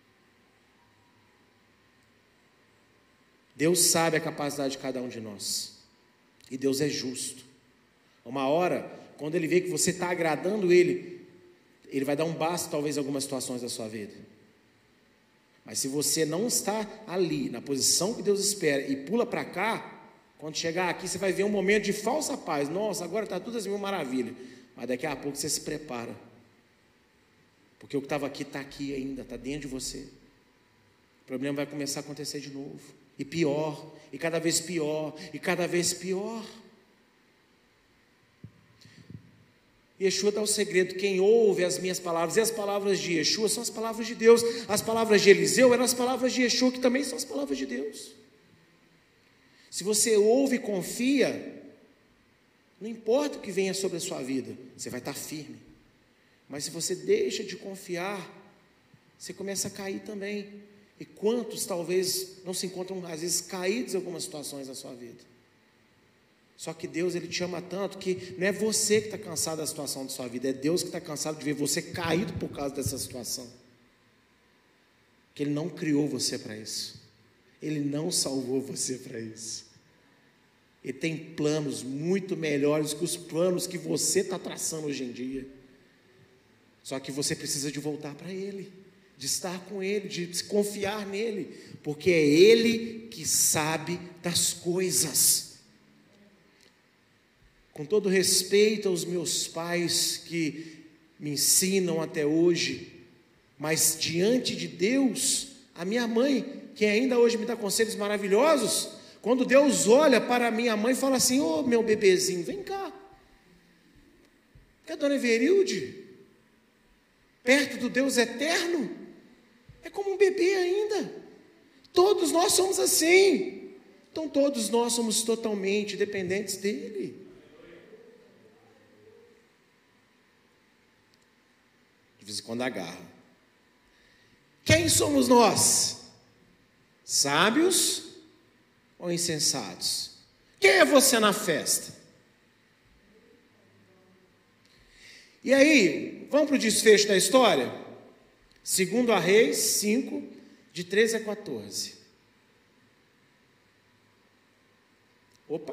A: Deus sabe a capacidade de cada um de nós, e Deus é justo. Uma hora, quando Ele vê que você está agradando Ele, Ele vai dar um basta talvez em algumas situações da sua vida. Mas se você não está ali, na posição que Deus espera, e pula para cá, quando chegar aqui, você vai ver um momento de falsa paz. Nossa, agora está tudo assim, uma maravilha. Mas daqui a pouco você se prepara, porque o que estava aqui está aqui ainda, está dentro de você. O problema vai começar a acontecer de novo, e pior, e cada vez pior, e cada vez pior. Yeshua dá o segredo: quem ouve as minhas palavras, e as palavras de Yeshua são as palavras de Deus, as palavras de Eliseu eram as palavras de Yeshua, que também são as palavras de Deus. Se você ouve e confia, não importa o que venha sobre a sua vida, você vai estar firme. Mas se você deixa de confiar, você começa a cair também. E quantos talvez não se encontram, às vezes, caídos em algumas situações da sua vida? Só que Deus, Ele te ama tanto que não é você que está cansado da situação da sua vida, é Deus que está cansado de ver você caído por causa dessa situação. Que Ele não criou você para isso. Ele não salvou você para isso. Ele tem planos muito melhores que os planos que você está traçando hoje em dia. Só que você precisa de voltar para Ele, de estar com Ele, de se confiar nele, porque é Ele que sabe das coisas. Com todo respeito aos meus pais que me ensinam até hoje, mas diante de Deus, a minha mãe, que ainda hoje me dá conselhos maravilhosos, quando Deus olha para a minha mãe e fala assim: ô meu bebezinho, vem cá, que a dona Everilde, perto do Deus eterno, é como um bebê ainda. Todos nós somos assim. Então todos nós somos totalmente dependentes dele. De vez em quando agarra. Quem somos nós? Sábios ou insensatos? Quem é você na festa? E aí, vamos para o desfecho da história? Segundo a Reis cinco, de treze a quatorze. Opa!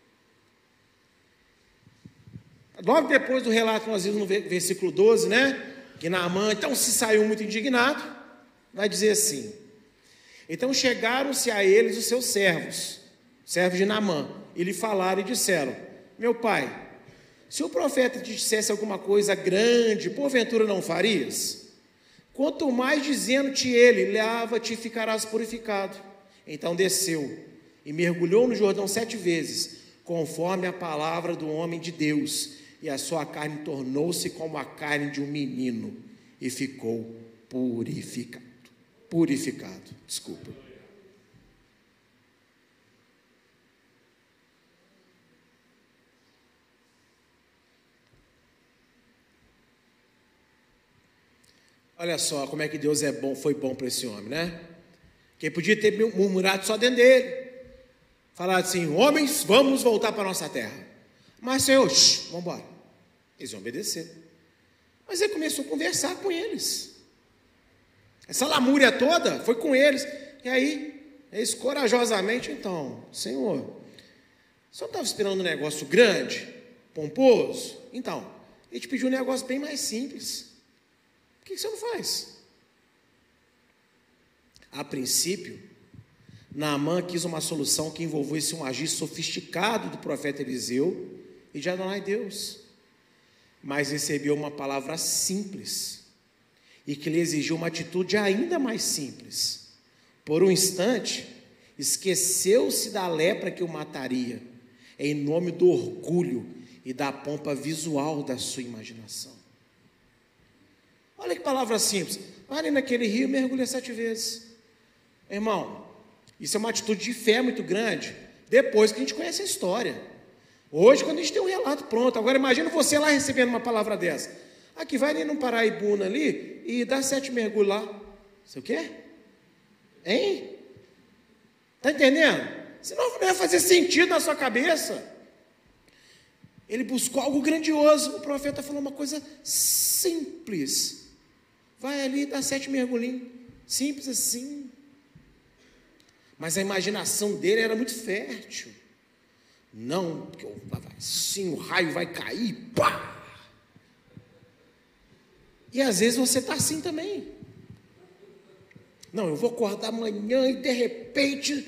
A: Logo depois do relato, nós vimos no versículo doze, né? Que Naamã, então, se saiu muito indignado, vai dizer assim: então chegaram-se a eles os seus servos, servos de Naamã, e lhe falaram e disseram: meu pai, se o profeta te dissesse alguma coisa grande, porventura não farias? Quanto mais dizendo-te ele, lava-te e ficarás purificado. Então desceu e mergulhou no Jordão sete vezes, conforme a palavra do homem de Deus, e a sua carne tornou-se como a carne de um menino, e ficou purificado. Purificado, desculpa. Olha só como é que Deus é bom, foi bom para esse homem, né? Que ele podia ter murmurado só dentro dele, falado assim: homens, vamos voltar para a nossa terra. Mas Senhor, shh, vamos embora. Eles iam obedecer. Mas ele começou a conversar com eles. Essa lamúria toda foi com eles. E aí, eles corajosamente, então: Senhor, o senhor estava esperando um negócio grande, pomposo? Então, ele te pediu um negócio bem mais simples. Por que você não faz? A princípio, Naamã quis uma solução que envolvesse um agir sofisticado do profeta Eliseu e de Adonai Deus, mas recebeu uma palavra simples e que lhe exigiu uma atitude ainda mais simples. Por um instante, esqueceu-se da lepra que o mataria, em nome do orgulho e da pompa visual da sua imaginação. Olha que palavra simples. Vai ali naquele rio e mergulha sete vezes. Irmão, isso é uma atitude de fé muito grande, depois que a gente conhece a história. Hoje, quando a gente tem um relato pronto. Agora, imagina você lá recebendo uma palavra dessa. Aqui, vai ali num Paraibuna ali e dá sete mergulhos lá. Você o quê? Hein? Está entendendo? Senão não ia fazer sentido na sua cabeça. Ele buscou algo grandioso. O profeta falou uma coisa simples. Vai ali e dá sete mergulhinhos. Simples assim. Mas a imaginação dele era muito fértil. Não, porque assim o raio vai cair. Pá! E às vezes você está assim também. Não, eu vou acordar amanhã e de repente...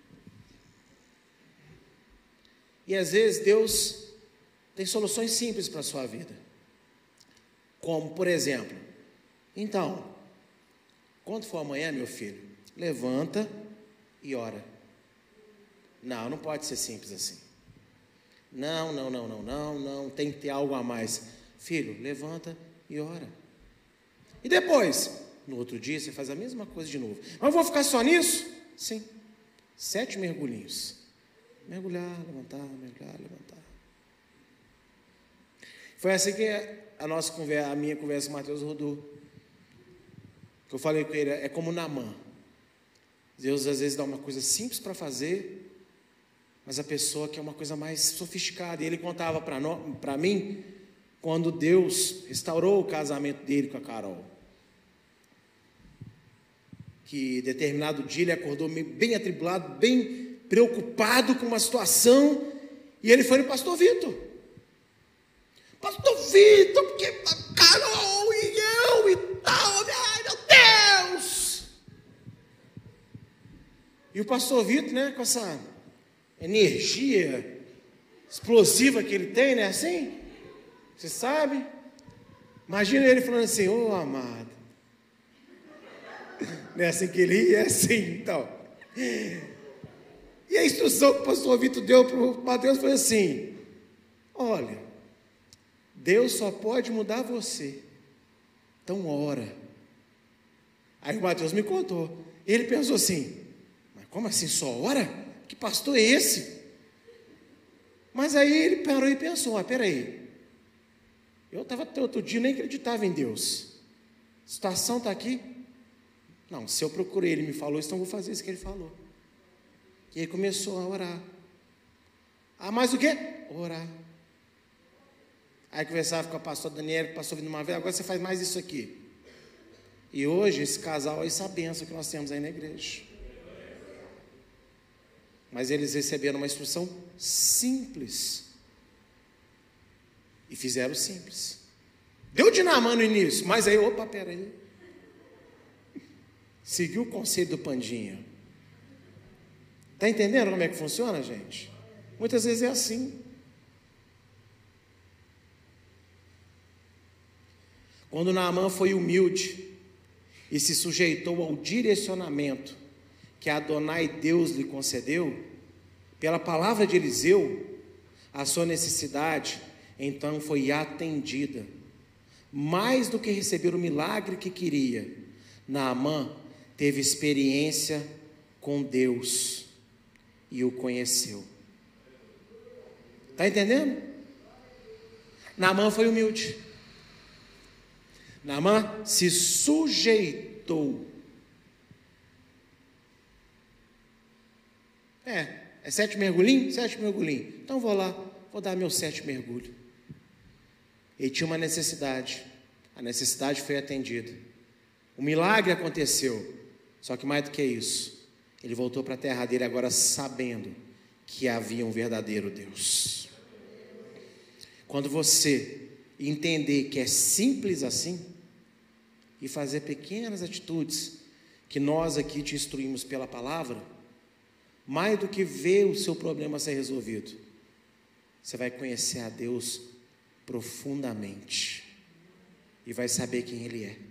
A: E às vezes Deus tem soluções simples para a sua vida. Como, por exemplo, então, quando for amanhã, meu filho, levanta e ora. Não, não pode ser simples assim. Não, não, não, não, não, não, tem que ter algo a mais. filho, levanta e ora. E depois, no outro dia, você faz a mesma coisa de novo. Mas eu vou ficar só nisso? Sim. Sete mergulhinhos. Mergulhar, levantar, mergulhar, levantar. Foi assim que a, nossa conversa, a minha conversa com o Mateus rodou. Que eu falei com ele, é como Naamã. Deus às vezes dá uma coisa simples para fazer, mas a pessoa quer uma coisa mais sofisticada. E ele contava para mim, quando Deus restaurou o casamento dele com a Carol. Que determinado dia ele acordou bem atribulado, bem preocupado com uma situação, e ele foi no pastor Vitor. Pastor Vitor, porque a Carol e eu e tal, ai meu Deus! E o pastor Vitor, né, com essa energia explosiva que ele tem, né, assim, você sabe? Imagina ele falando assim, ô oh, amado, não é assim que ele ia, é assim, então. E a instrução que o pastor Vitor deu para o Mateus foi assim, olha, Deus só pode mudar você, então ora. Aí o Mateus me contou, ele pensou assim, mas como assim só ora? Que pastor é esse? Mas aí ele parou e pensou, ah, peraí, eu estava até outro dia, nem acreditava em Deus, a situação está aqui, não, se eu procurei, ele me falou, então eu vou fazer isso que ele falou. E aí começou a orar. Ah, mais o quê? Orar. Aí conversava com a pastora Daniela, que passou vindo uma vez, agora você faz mais isso aqui. E hoje, esse casal, essa bênção que nós temos aí na igreja. Mas eles receberam uma instrução simples. E fizeram simples. Deu de Naamã no início, mas aí, opa, peraí. Seguiu o conselho do Pandinha. Está entendendo como é que funciona, gente? Muitas vezes é assim. Quando Naamã foi humilde e se sujeitou ao direcionamento que Adonai Deus lhe concedeu, pela palavra de Eliseu, a sua necessidade então foi atendida. Mais do que receber o milagre que queria, Naamã teve experiência com Deus e o conheceu. Está entendendo? Naamã foi humilde. Naamã se sujeitou. É, é sete mergulhinhos? Sete mergulhinhos. Então vou lá, vou dar meus sete mergulhos. Ele tinha uma necessidade. A necessidade foi atendida. O milagre aconteceu. Só que mais do que isso, ele voltou para a terra dele agora sabendo que havia um verdadeiro Deus. Quando você entender que é simples assim, e fazer pequenas atitudes, que nós aqui te instruímos pela palavra, mais do que ver o seu problema ser resolvido, você vai conhecer a Deus profundamente, e vai saber quem Ele é.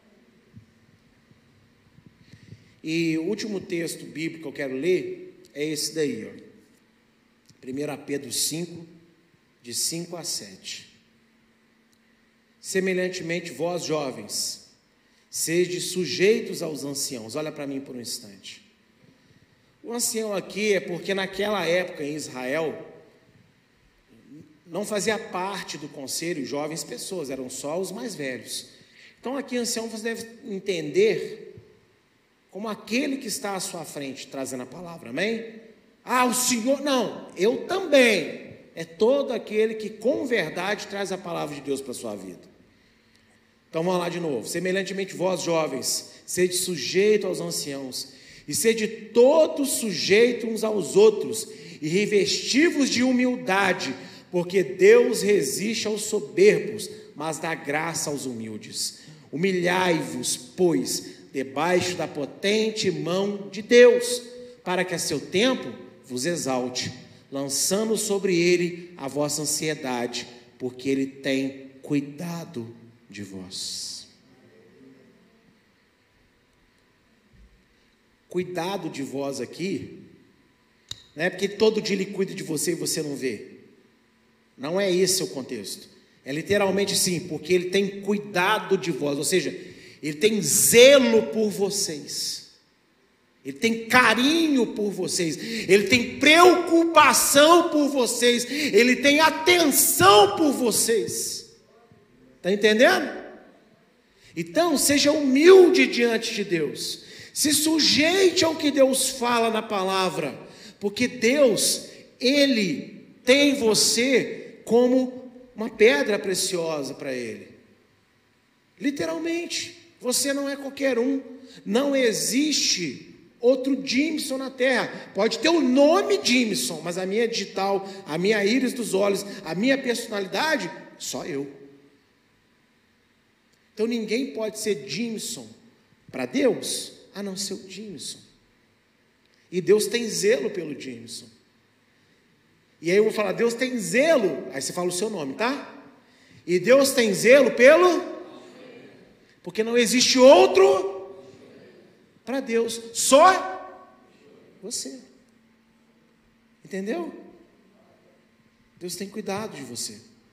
A: E o último texto bíblico que eu quero ler é esse daí, ó. primeiro Pedro cinco, de cinco a sete. Semelhantemente, vós jovens, sede sujeitos aos anciãos. Olha para mim por um instante. O ancião aqui é porque naquela época em Israel, não fazia parte do conselho jovens pessoas, eram só os mais velhos. Então aqui ancião você deve entender como aquele que está à sua frente, trazendo a palavra, amém? Ah, o Senhor, não, eu também. É todo aquele que com verdade traz a palavra de Deus para a sua vida. Então vamos lá de novo. Semelhantemente vós jovens, sede sujeito aos anciãos, e sede todos sujeitos uns aos outros, e revesti-vos de humildade, porque Deus resiste aos soberbos, mas dá graça aos humildes. Humilhai-vos, pois, debaixo da potente mão de Deus, para que a seu tempo vos exalte, lançando sobre ele a vossa ansiedade, porque ele tem cuidado de vós. Cuidado de vós aqui, não é porque todo dia ele cuida de você e você não vê. Não é esse o contexto. É literalmente sim, porque Ele tem cuidado de vós, ou seja, Ele tem zelo por vocês, Ele tem carinho por vocês, Ele tem preocupação por vocês, Ele tem atenção por vocês. Está entendendo? Então, seja humilde diante de Deus, se sujeite ao que Deus fala na palavra, porque Deus, Ele tem você como uma pedra preciosa para Ele. Literalmente, você não é qualquer um, não existe outro Jimson na terra. Pode ter o nome Jimson, mas a minha digital, a minha íris dos olhos, a minha personalidade, só eu. Então ninguém pode ser Jimson para Deus, a não ser o Jimson. E Deus tem zelo pelo Jimson. E aí eu vou falar, Deus tem zelo, aí você fala o seu nome, tá? E Deus tem zelo pelo... Porque não existe outro para Deus, só você. Entendeu? Deus tem cuidado de você.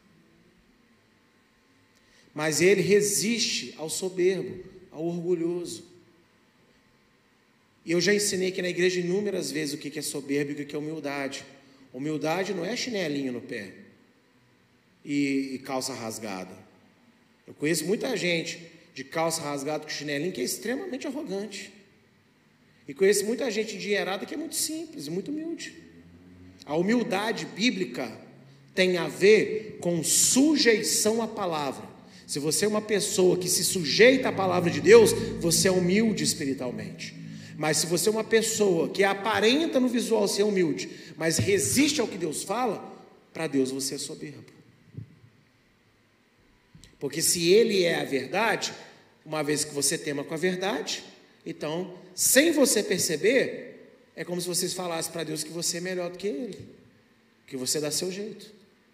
A: Mas Ele resiste ao soberbo, ao orgulhoso. E eu já ensinei aqui na igreja inúmeras vezes o que é soberbo e o que é humildade. Humildade não é chinelinho no pé e, e calça rasgada. Eu conheço muita gente de calça rasgada com chinelinho que é extremamente arrogante. E conheço muita gente endinheirada que é muito simples, muito humilde. A humildade bíblica tem a ver com sujeição à palavra. Se você é uma pessoa que se sujeita à palavra de Deus, você é humilde espiritualmente. Mas se você é uma pessoa que aparenta no visual ser humilde, mas resiste ao que Deus fala, para Deus você é soberbo. Porque se Ele é a verdade, uma vez que você tema com a verdade, então, sem você perceber, é como se vocês falassem para Deus que você é melhor do que Ele, que você dá seu jeito.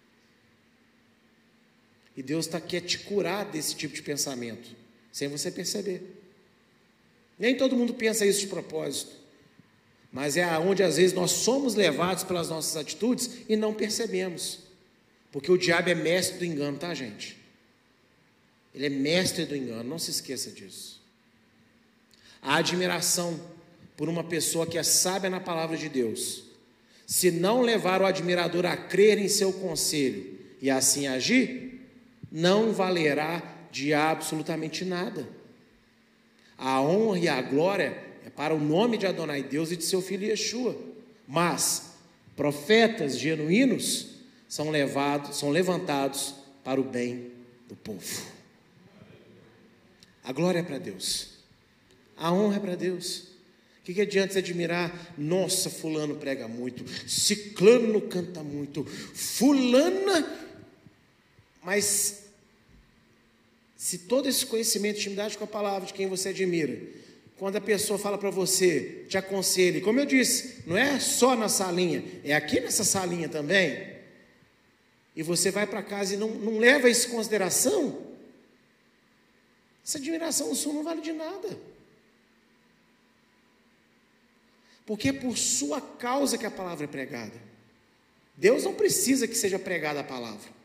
A: E Deus está quer te curar desse tipo de pensamento, sem você perceber. Nem todo mundo pensa isso de propósito, mas é onde às vezes nós somos levados pelas nossas atitudes e não percebemos, porque o diabo é mestre do engano, tá, gente? Ele é mestre do engano, não se esqueça disso. A admiração por uma pessoa que é sábia na palavra de Deus, se não levar o admirador a crer em seu conselho e assim agir, não valerá de absolutamente nada. A honra e a glória é para o nome de Adonai Deus e de seu filho Yeshua. Mas profetas genuínos são levados, são levantados para o bem do povo. A glória é para Deus. A honra é para Deus. O que, que adianta você admirar? Nossa, fulano prega muito, ciclano canta muito, fulana... Mas se todo esse conhecimento, intimidade com a palavra de quem você admira, quando a pessoa fala para você, te aconselha, como eu disse, não é só na salinha, é aqui nessa salinha também, e você vai para casa e não, não leva isso em consideração, essa admiração sua não vale de nada. Porque é por sua causa que a palavra é pregada. Deus não precisa que seja pregada a palavra.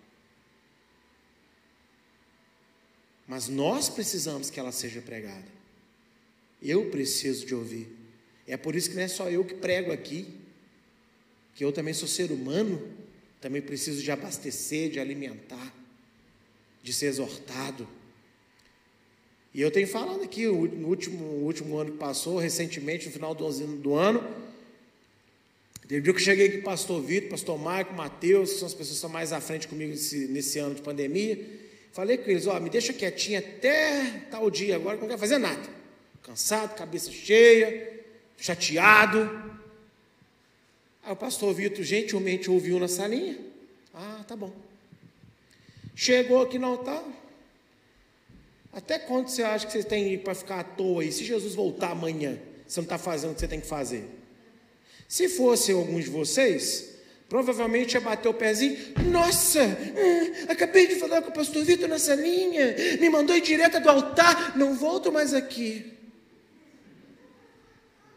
A: Mas nós precisamos que ela seja pregada. Eu preciso de ouvir. É por isso que não é só eu que prego aqui, que eu também sou ser humano, também preciso de abastecer, de alimentar, de ser exortado. E eu tenho falado aqui, no último, último ano que passou, recentemente, no final do, do ano, teve um dia que eu cheguei aqui, pastor Vitor, pastor Marco, Mateus, que são as pessoas que estão mais à frente comigo nesse, nesse ano de pandemia. Falei com eles, ó, me deixa quietinho até tal dia agora, que eu não quero fazer nada. Cansado, cabeça cheia, chateado. Aí o pastor Vitor gentilmente ouviu na salinha. Ah, tá bom. Chegou aqui no altar. Até quando você acha que você tem para ficar à toa aí? Se Jesus voltar amanhã, você não está fazendo o que você tem que fazer. Se fosse alguns de vocês, provavelmente ia bater o pezinho. Nossa, ah, acabei de falar com o pastor Vitor nessa linha, me mandou ir direto do altar, não volto mais aqui.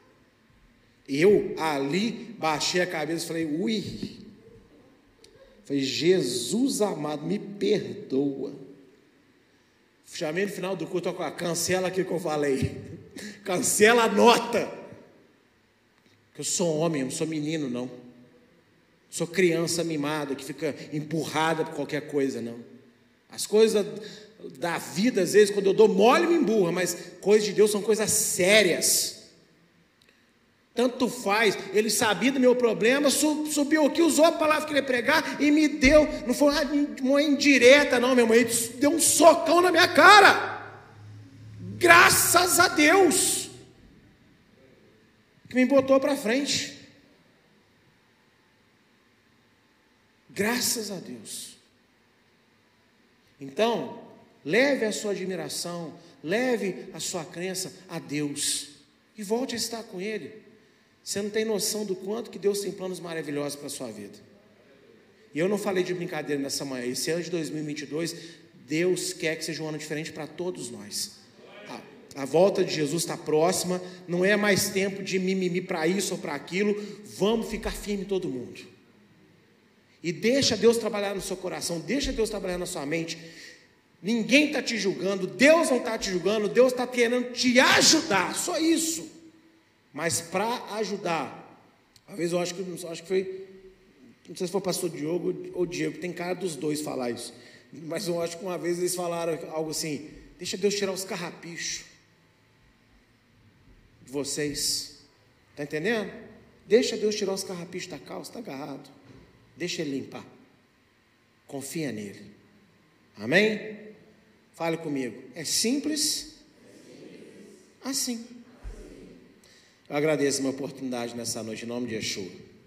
A: Eu ali baixei a cabeça e falei, ui. Falei, Jesus amado, me perdoa. Chamei no final do culto, cancela aquilo que eu falei. Cancela a nota. Porque eu sou homem, eu não sou menino, não. Sou criança mimada, que fica empurrada por qualquer coisa, não. As coisas da vida, às vezes, quando eu dou mole, me emburra, mas coisas de Deus são coisas sérias. Tanto faz, ele sabia do meu problema, subiu aqui, usou a palavra que ele ia pregar e me deu, não foi uma indireta não, meu irmão, ele deu um socão na minha cara, graças a Deus, que me botou para frente, graças a Deus. Então, leve a sua admiração, leve a sua crença a Deus, e volte a estar com Ele. Você não tem noção do quanto que Deus tem planos maravilhosos para a sua vida. E eu não falei de brincadeira nessa manhã. Esse ano de dois mil e vinte e dois, Deus quer que seja um ano diferente para todos nós. A, a volta de Jesus está próxima. Não é mais tempo de mimimi para isso ou para aquilo. Vamos ficar firme todo mundo. E deixa Deus trabalhar no seu coração. Deixa Deus trabalhar na sua mente. Ninguém está te julgando. Deus não está te julgando. Deus está querendo te ajudar. Só isso. Mas para ajudar, às vezes eu acho que, acho que foi, não sei se foi o pastor Diogo ou Diego, tem cara dos dois falar isso, mas eu acho que uma vez eles falaram algo assim, deixa Deus tirar os carrapichos de vocês, está entendendo? Deixa Deus tirar os carrapichos da calça, está agarrado, deixa Ele limpar, confia nele, amém? Fale comigo, é simples, assim. Eu agradeço a minha oportunidade nessa noite, em nome de Yeshua.